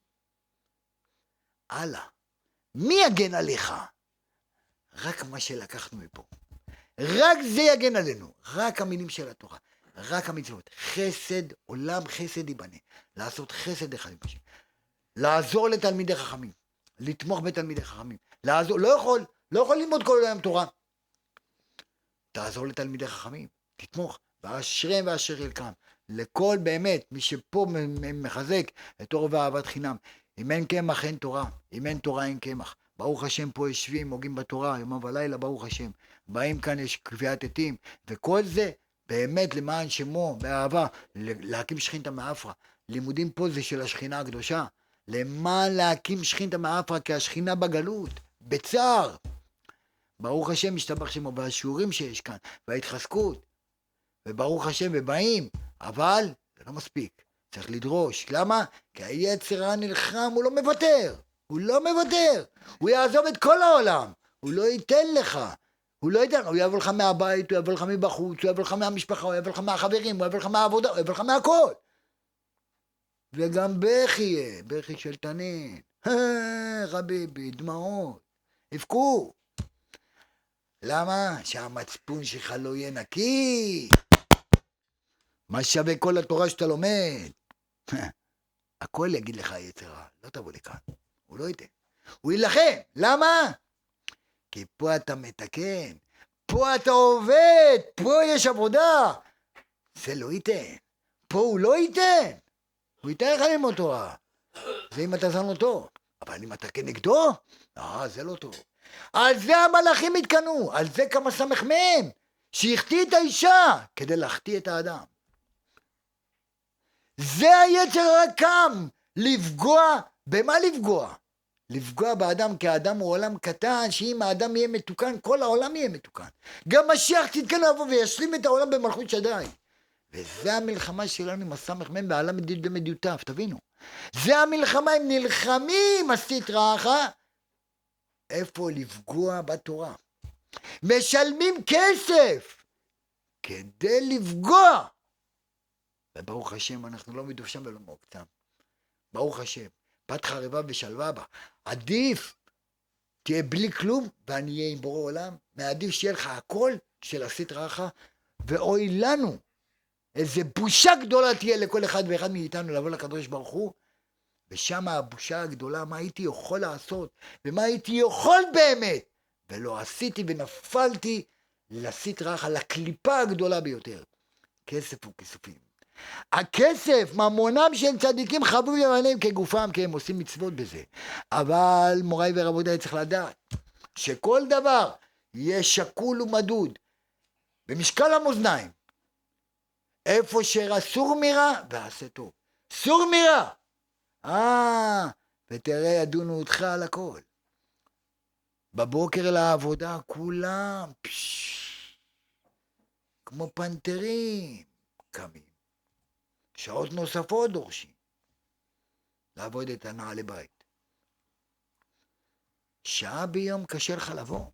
הלאה. מי יגן עליך? רק מה שלקחנו מפה. רק זה יגן עלינו. רק המילים של התורה. רק המצוות. חסד, עולם חסד ייבנה. לעשות חסד אחד עם השני. לעזור לתלמידי חכמים. לתמוך בתלמידי חכמים. לעזור, לא יכול, לא יכול ללמוד כל היום תורה. תעזור לתלמידי חכמים. תתמוך. ואשריהם ואשר ילקם. לכל באמת, מי שפה מחזק את אור ואהבת חינם. אם אין קמח אין תורה, אם אין תורה אין קמח. ברוך השם פה יושבים, מוגעים בתורה, יומם ולילה, ברוך השם. באים כאן יש קביעת עתים, וכל זה באמת למען שמו, באהבה, להקים שכינתא מאפרא. לימודים פה זה של השכינה הקדושה. למען להקים שכינתא מאפרא, כי השכינה בגלות, בצער. ברוך השם משתבח שמו, והשיעורים שיש כאן, וההתחזקות, וברוך השם ובאים, אבל זה לא מספיק. צריך לדרוש. למה? כי היצר הנלחם, הוא לא מוותר. הוא לא מוותר. הוא יעזוב את כל העולם. הוא לא ייתן לך. הוא לא ייתן. הוא יבוא לך מהבית, הוא יבוא לך מבחוץ, הוא יבוא לך מהמשפחה, הוא יבוא לך מהחברים, הוא יבוא לך מהעבודה, הוא יבוא לך מהכל. וגם בכי יהיה, בכי של תנין. חביבי, דמעות, יבכו. למה? שהמצפון שלך לא יהיה נקי. מה שווה כל התורה שאתה לומד? הכל יגיד לך יצר רע, לא תבוא לכאן, הוא לא ייתן. הוא ילחם, למה? כי פה אתה מתקן, פה אתה עובד, פה יש עבודה. זה לא ייתן, פה הוא לא ייתן. הוא ייתן לך ללמוד תורה. זה אם אתה זן אותו. אבל אם אתה כנגדו, אה, זה לא טוב. על זה המלאכים התקנו, על זה כמה סמך מהם, שהחטיא את האישה, כדי להחטיא את האדם. זה היצר הרע קם, לפגוע, במה לפגוע? לפגוע באדם, כי האדם הוא עולם קטן, שאם האדם יהיה מתוקן, כל העולם יהיה מתוקן. גם משיח תתקן לבוא וישלים את העולם במלכות שדי. וזה המלחמה שלנו עם הסמך מהם בעלם מדיותיו, תבינו. זה המלחמה, הם נלחמים, עשית רעך, איפה לפגוע בתורה. משלמים כסף, כדי לפגוע. וברוך השם, אנחנו לא מדופשם ולא מוקצם. ברוך השם, בת חרבה ושלווה בה. עדיף, תהיה בלי כלום, ואני אהיה עם בורא עולם. מעדיף שיהיה לך הכל של עשית רעך, ואוי לנו. איזה בושה גדולה תהיה לכל אחד ואחד מאיתנו לבוא לקדוש ברוך הוא, ושם הבושה הגדולה, מה הייתי יכול לעשות, ומה הייתי יכול באמת, ולא עשיתי ונפלתי לעשית רעך, לקליפה הגדולה ביותר. כסף וכספים. הכסף, ממונם של צדיקים חבוב ימנים כגופם, כי הם עושים מצוות בזה. אבל מוריי ורבותיי צריך לדעת, שכל דבר יהיה שקול ומדוד, במשקל המאזניים, איפה שסור מרע ועשה טוב. סור מרע. אה, ותראה ידונו אותך על הכל. בבוקר לעבודה כולם, פש, כמו פנתרים, קמים. שעות נוספות דורשים. לעבוד את הנעלי בית. שעה ביום קשה לך לבוא.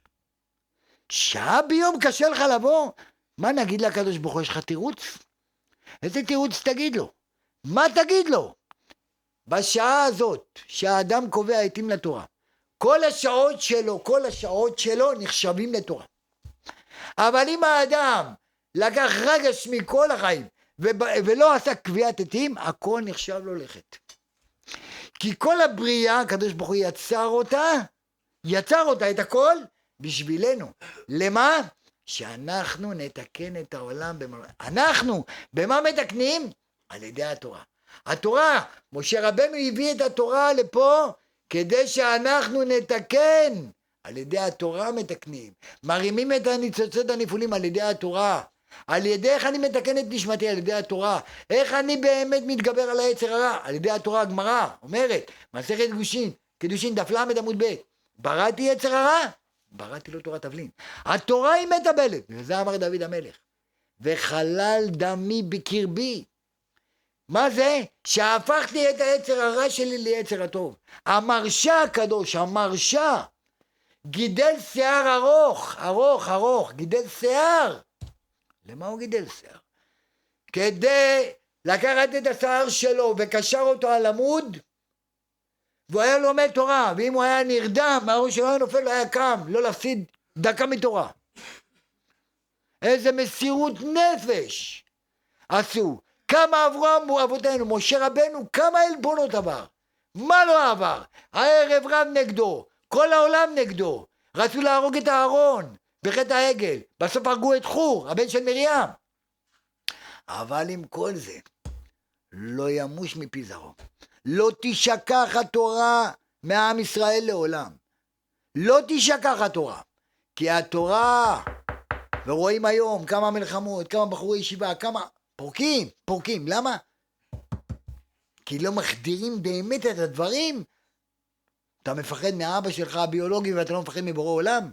שעה ביום קשה לך לבוא. מה נגיד לקדוש ברוך הוא, יש לך תירוץ? איזה תירוץ תגיד לו? מה תגיד לו? בשעה הזאת שהאדם קובע עתים לתורה, כל השעות שלו, כל השעות שלו נחשבים לתורה. אבל אם האדם לקח רגש מכל החיים ולא עשה קביעת עתים, הכל נחשב לו לחטא. כי כל הבריאה, הקדוש ברוך הוא יצר אותה, יצר אותה את הכל בשבילנו. למה? שאנחנו נתקן את העולם. במ... אנחנו, במה מתקנים? על ידי התורה. התורה, משה רבנו הביא את התורה לפה, כדי שאנחנו נתקן. על ידי התורה מתקנים. מרימים את הניצוצות הנפולים על ידי התורה. על ידי איך אני מתקן את נשמתי, על ידי התורה. איך אני באמת מתגבר על היצר הרע? על ידי התורה. הגמרא אומרת, מסכת קדושין, קדושין דף למד עמוד ב', בראתי יצר הרע, בראתי לו תורת תבלין. התורה היא מטבלת, וזה אמר דוד המלך. וחלל דמי בקרבי. מה זה? שהפכתי את היצר הרע שלי ליצר הטוב. המרשה הקדוש, המרשה, גידל שיער ארוך, ארוך, ארוך, גידל שיער. למה הוא גידל שיער? כדי לקחת את השיער שלו וקשר אותו על עמוד, והוא היה לומד תורה, ואם הוא היה נרדם, מהראש שלו היה נופל, הוא היה קם, לא להפסיד דקה מתורה. איזה מסירות נפש עשו. כמה עברו אבותינו, משה רבנו, כמה עלבונות עבר. מה לא עבר? הערב רב נגדו, כל העולם נגדו. רצו להרוג את הארון בחטא העגל, בסוף הרגו את חור, הבן של מרים. אבל עם כל זה, לא ימוש מפי זרעו. לא תשכח התורה מעם ישראל לעולם. לא תשכח התורה. כי התורה, ורואים היום כמה מלחמות, כמה בחורי ישיבה, כמה פורקים, פורקים. למה? כי לא מחדירים באמת את הדברים. אתה מפחד מאבא שלך הביולוגי ואתה לא מפחד מבורא עולם.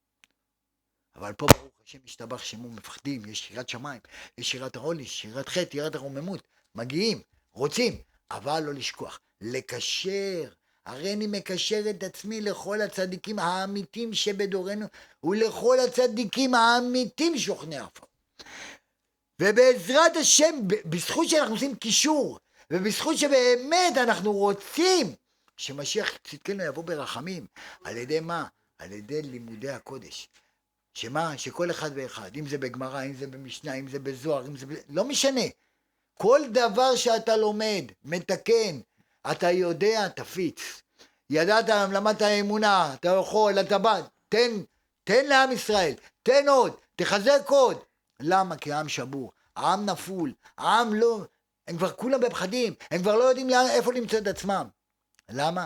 אבל פה ברוך השם משתבח שמו, מפחדים, יש שירת שמיים, יש שירת העונש, שירת חטא, שירת הרוממות, מגיעים, רוצים, אבל לא לשכוח, לקשר. הרי אני מקשר את עצמי לכל הצדיקים האמיתים שבדורנו, ולכל הצדיקים האמיתים שוכני עפר. ובעזרת השם, בזכות שאנחנו עושים קישור, ובזכות שבאמת אנחנו רוצים שמשיח צדקנו יבוא ברחמים. על ידי מה? על ידי לימודי הקודש. שמה? שכל אחד ואחד, אם זה בגמרא, אם זה במשנה, אם זה בזוהר, אם זה ב... לא משנה. כל דבר שאתה לומד, מתקן, אתה יודע, תפיץ. ידעת, למדת האמונה, אתה יכול, אתה בא, תן, תן לעם ישראל, תן עוד, תחזק עוד. למה? כי העם שבור, העם נפול, העם לא, הם כבר כולם בפחדים, הם כבר לא יודעים איפה למצוא את עצמם. למה?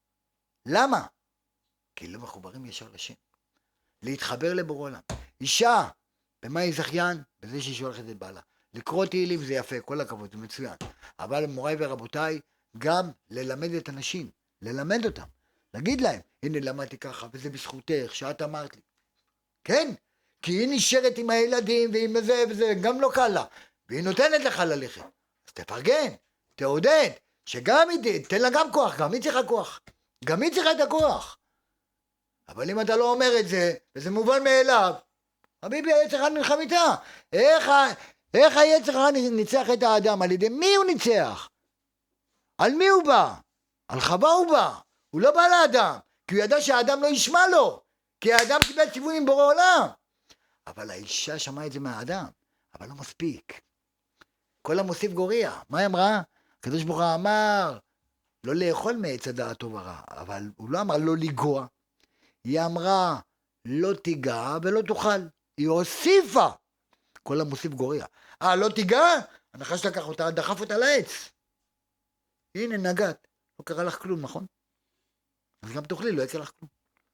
למה? כי לא מחוברים ישר לשם. להתחבר לבורא עולם. אישה, במה היא זכיין? בזה שהיא שולחת את בעלה. לקרוא תהילים זה יפה, כל הכבוד, זה מצוין. אבל מוריי ורבותיי, גם ללמד את הנשים, ללמד אותם. להגיד להם, הנה למדתי ככה, וזה בזכותך, שאת אמרת לי. כן? כי היא נשארת עם הילדים, ועם זה וזה, גם לא קל לה. והיא נותנת לך ללכת. אז תפרגן, תעודד, שגם היא, תן לה גם כוח, גם היא צריכה כוח. גם היא צריכה את הכוח. אבל אם אתה לא אומר את זה, וזה מובן מאליו, הביבי היצר הרע נלחם איתה. איך, איך היצר הרע ניצח את האדם? על ידי מי הוא ניצח? על מי הוא בא? על חווה הוא בא. הוא לא בא לאדם, כי הוא ידע שהאדם לא ישמע לו, כי האדם קיבל ציווי עם בורא עולם. אבל האישה שמעה את זה מהאדם, אבל לא מספיק. כל המוסיף גורע. מה היא אמרה? הקדוש ברוך הוא אמר, לא לאכול מעץ הדעת טוב ורע, אבל הוא לא אמר לא לגוע. היא אמרה, לא תיגע ולא תאכל. היא הוסיפה. כל המוסיף גורע. אה, לא תיגע? הנחש לקח אותה, דחף אותה לעץ. הנה, נגעת. לא קרה לך כלום, נכון? אז גם תאכלי, לא יקרה לך כלום.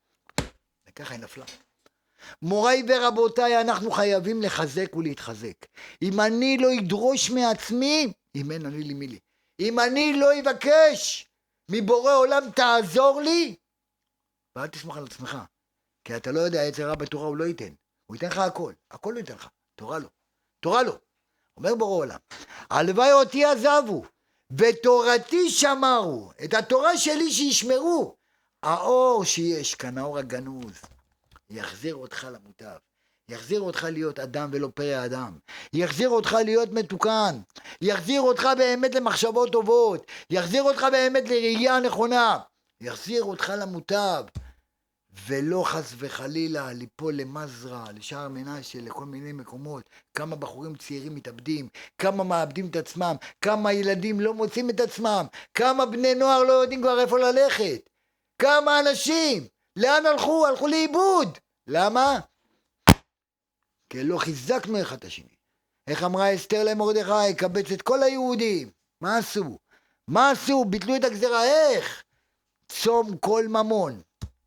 וככה היא נפלה. מוריי ורבותיי, אנחנו חייבים לחזק ולהתחזק. אם אני לא אדרוש מעצמי, אם אין אני לי מי לי. אם אני לא אבקש מבורא עולם, תעזור לי, ואל תסמוך על עצמך, כי אתה לא יודע, יצר הרע בתורה הוא לא ייתן, הוא ייתן לך הכל, הכל הוא ייתן לך, תורה לא, תורה לא. אומר בורא עולם, הלוואי אותי עזבו, ותורתי שמרו, את התורה שלי שישמרו, האור שיש כאן, האור הגנוז, יחזיר אותך למוטב, יחזיר אותך להיות אדם ולא פרא אדם, יחזיר אותך להיות מתוקן, יחזיר אותך באמת למחשבות טובות, יחזיר אותך באמת לראייה נכונה, יחזיר אותך למוטב, ולא חס וחלילה ליפול למזרה, לשער מנשה, לכל מיני מקומות. כמה בחורים צעירים מתאבדים, כמה מאבדים את עצמם, כמה ילדים לא מוצאים את עצמם, כמה בני נוער לא יודעים כבר איפה ללכת, כמה אנשים, לאן הלכו? הלכו לאיבוד. למה? כי לא חיזקנו אחד את השני. איך אמרה אסתר למרדכי? קבץ את כל היהודים. מה עשו? מה עשו? ביטלו את הגזרה. איך? צום כל ממון.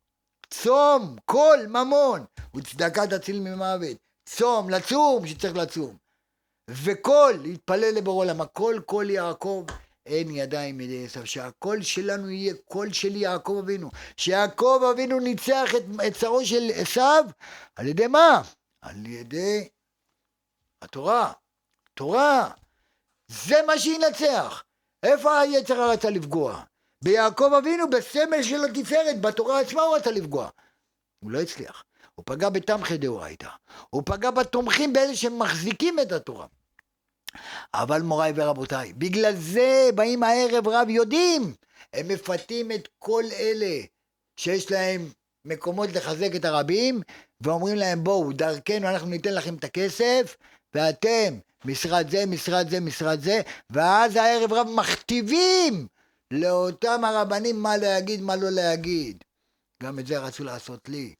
צום כל ממון. וצדקה תציל ממוות. צום, לצום שצריך לצום. וכל, להתפלל לבורא עולם. הכל כל יעקב, אין ידיים ידי עשיו. שהכל שלנו יהיה קול של יעקב אבינו. שיעקב אבינו ניצח את, את שרו של עשיו. על ידי מה? על ידי התורה. תורה. זה מה שינצח. איפה היצר הרע רצה לפגוע? ביעקב אבינו, בסמל של התפארת, בתורה עצמה הוא רצה לפגוע. הוא לא הצליח. הוא פגע בתמחי דאורייתא. הוא פגע בתומכים באלה שמחזיקים את התורה. אבל מוריי ורבותיי, בגלל זה באים הערב רב יודעים. הם מפתים את כל אלה שיש להם מקומות לחזק את הרבים, ואומרים להם בואו, דרכנו אנחנו ניתן לכם את הכסף, ואתם משרד זה, משרד זה, משרד זה, ואז הערב רב מכתיבים לאותם הרבנים מה להגיד, מה לא להגיד. גם את זה רצו לעשות לי.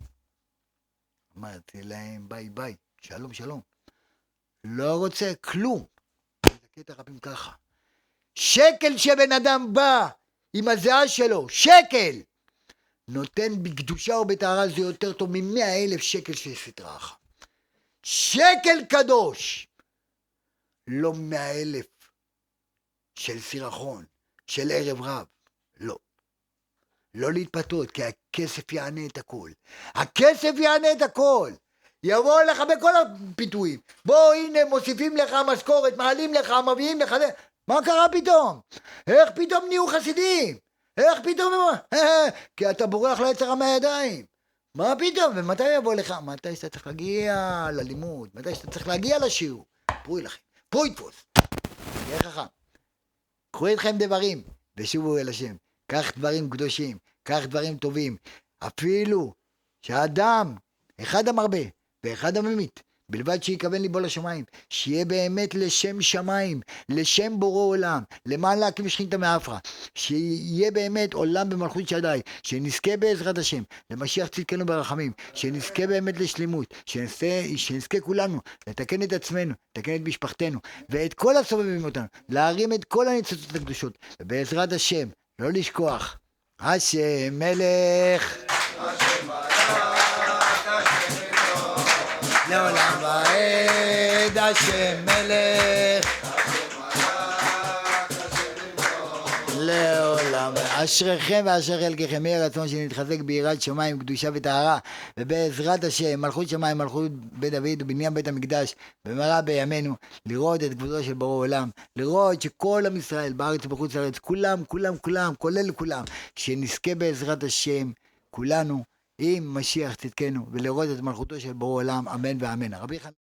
אמרתי להם ביי ביי, שלום שלום. לא רוצה כלום. תזכה את הרבים ככה. שקל שבן אדם בא עם הזיעה שלו, שקל, נותן בקדושה או בטהרה, זה יותר טוב ממאה אלף שקל של סטרה אחת. שקל קדוש, לא מאה אלף של סירחון, של ערב רב, לא. לא להתפתות, כי הכסף יענה את הכל. הכסף יענה את הכל. יבוא לך בכל הפיתויים. בוא, הנה, מוסיפים לך משכורת, מעלים לך, מביאים לך, מה קרה פתאום? איך פתאום נהיו חסידים? איך פתאום? כי אתה בורח ליצר הרע מהידיים. מה פתאום? ומתי יבוא לך? מתי שאתה צריך להגיע ללימוד? מתי שאתה צריך להגיע לשיעור? פרוי לכם. פרוי תפוס. תהיה חכם. קחו אתכם דברים, ושובו אל השם. קח דברים קדושים, קח דברים טובים. אפילו שהאדם, אחד המרבה ואחד הממית, בלבד שיקוון ליבו לשמיים, שיהיה באמת לשם שמיים, לשם בורא עולם, למען להקים שכינתא מאפרא, שיהיה באמת עולם במלכות שדי, שנזכה בעזרת השם, למשיח צדקנו ברחמים, שנזכה באמת לשלמות, שנזכה, שנזכה כולנו לתקן את עצמנו, לתקן את משפחתנו, ואת כל הסובבים אותנו, להרים את כל הניצוצות הקדושות, ובעזרת השם, לא לשכוח, השם מלך, השם לעולם ועד, השם מלך, לעולם. אשריכם ואשר חלקכם, יהי רצון שנתחזק ביראת שמיים, קדושה וטהרה, ובעזרת השם מלכות שמיים, מלכות בית דוד ובניין בית המקדש במהרה בימינו, לראות את כבודו של בורא עולם, לראות שכל עם ישראל בארץ ובחוץ לארץ, כולם כולם כולם כולל כולם, שנזכה בעזרת השם כולנו עם משיח צדקנו, ולראות את מלכותו של בורא עולם, אמן ואמן. רבי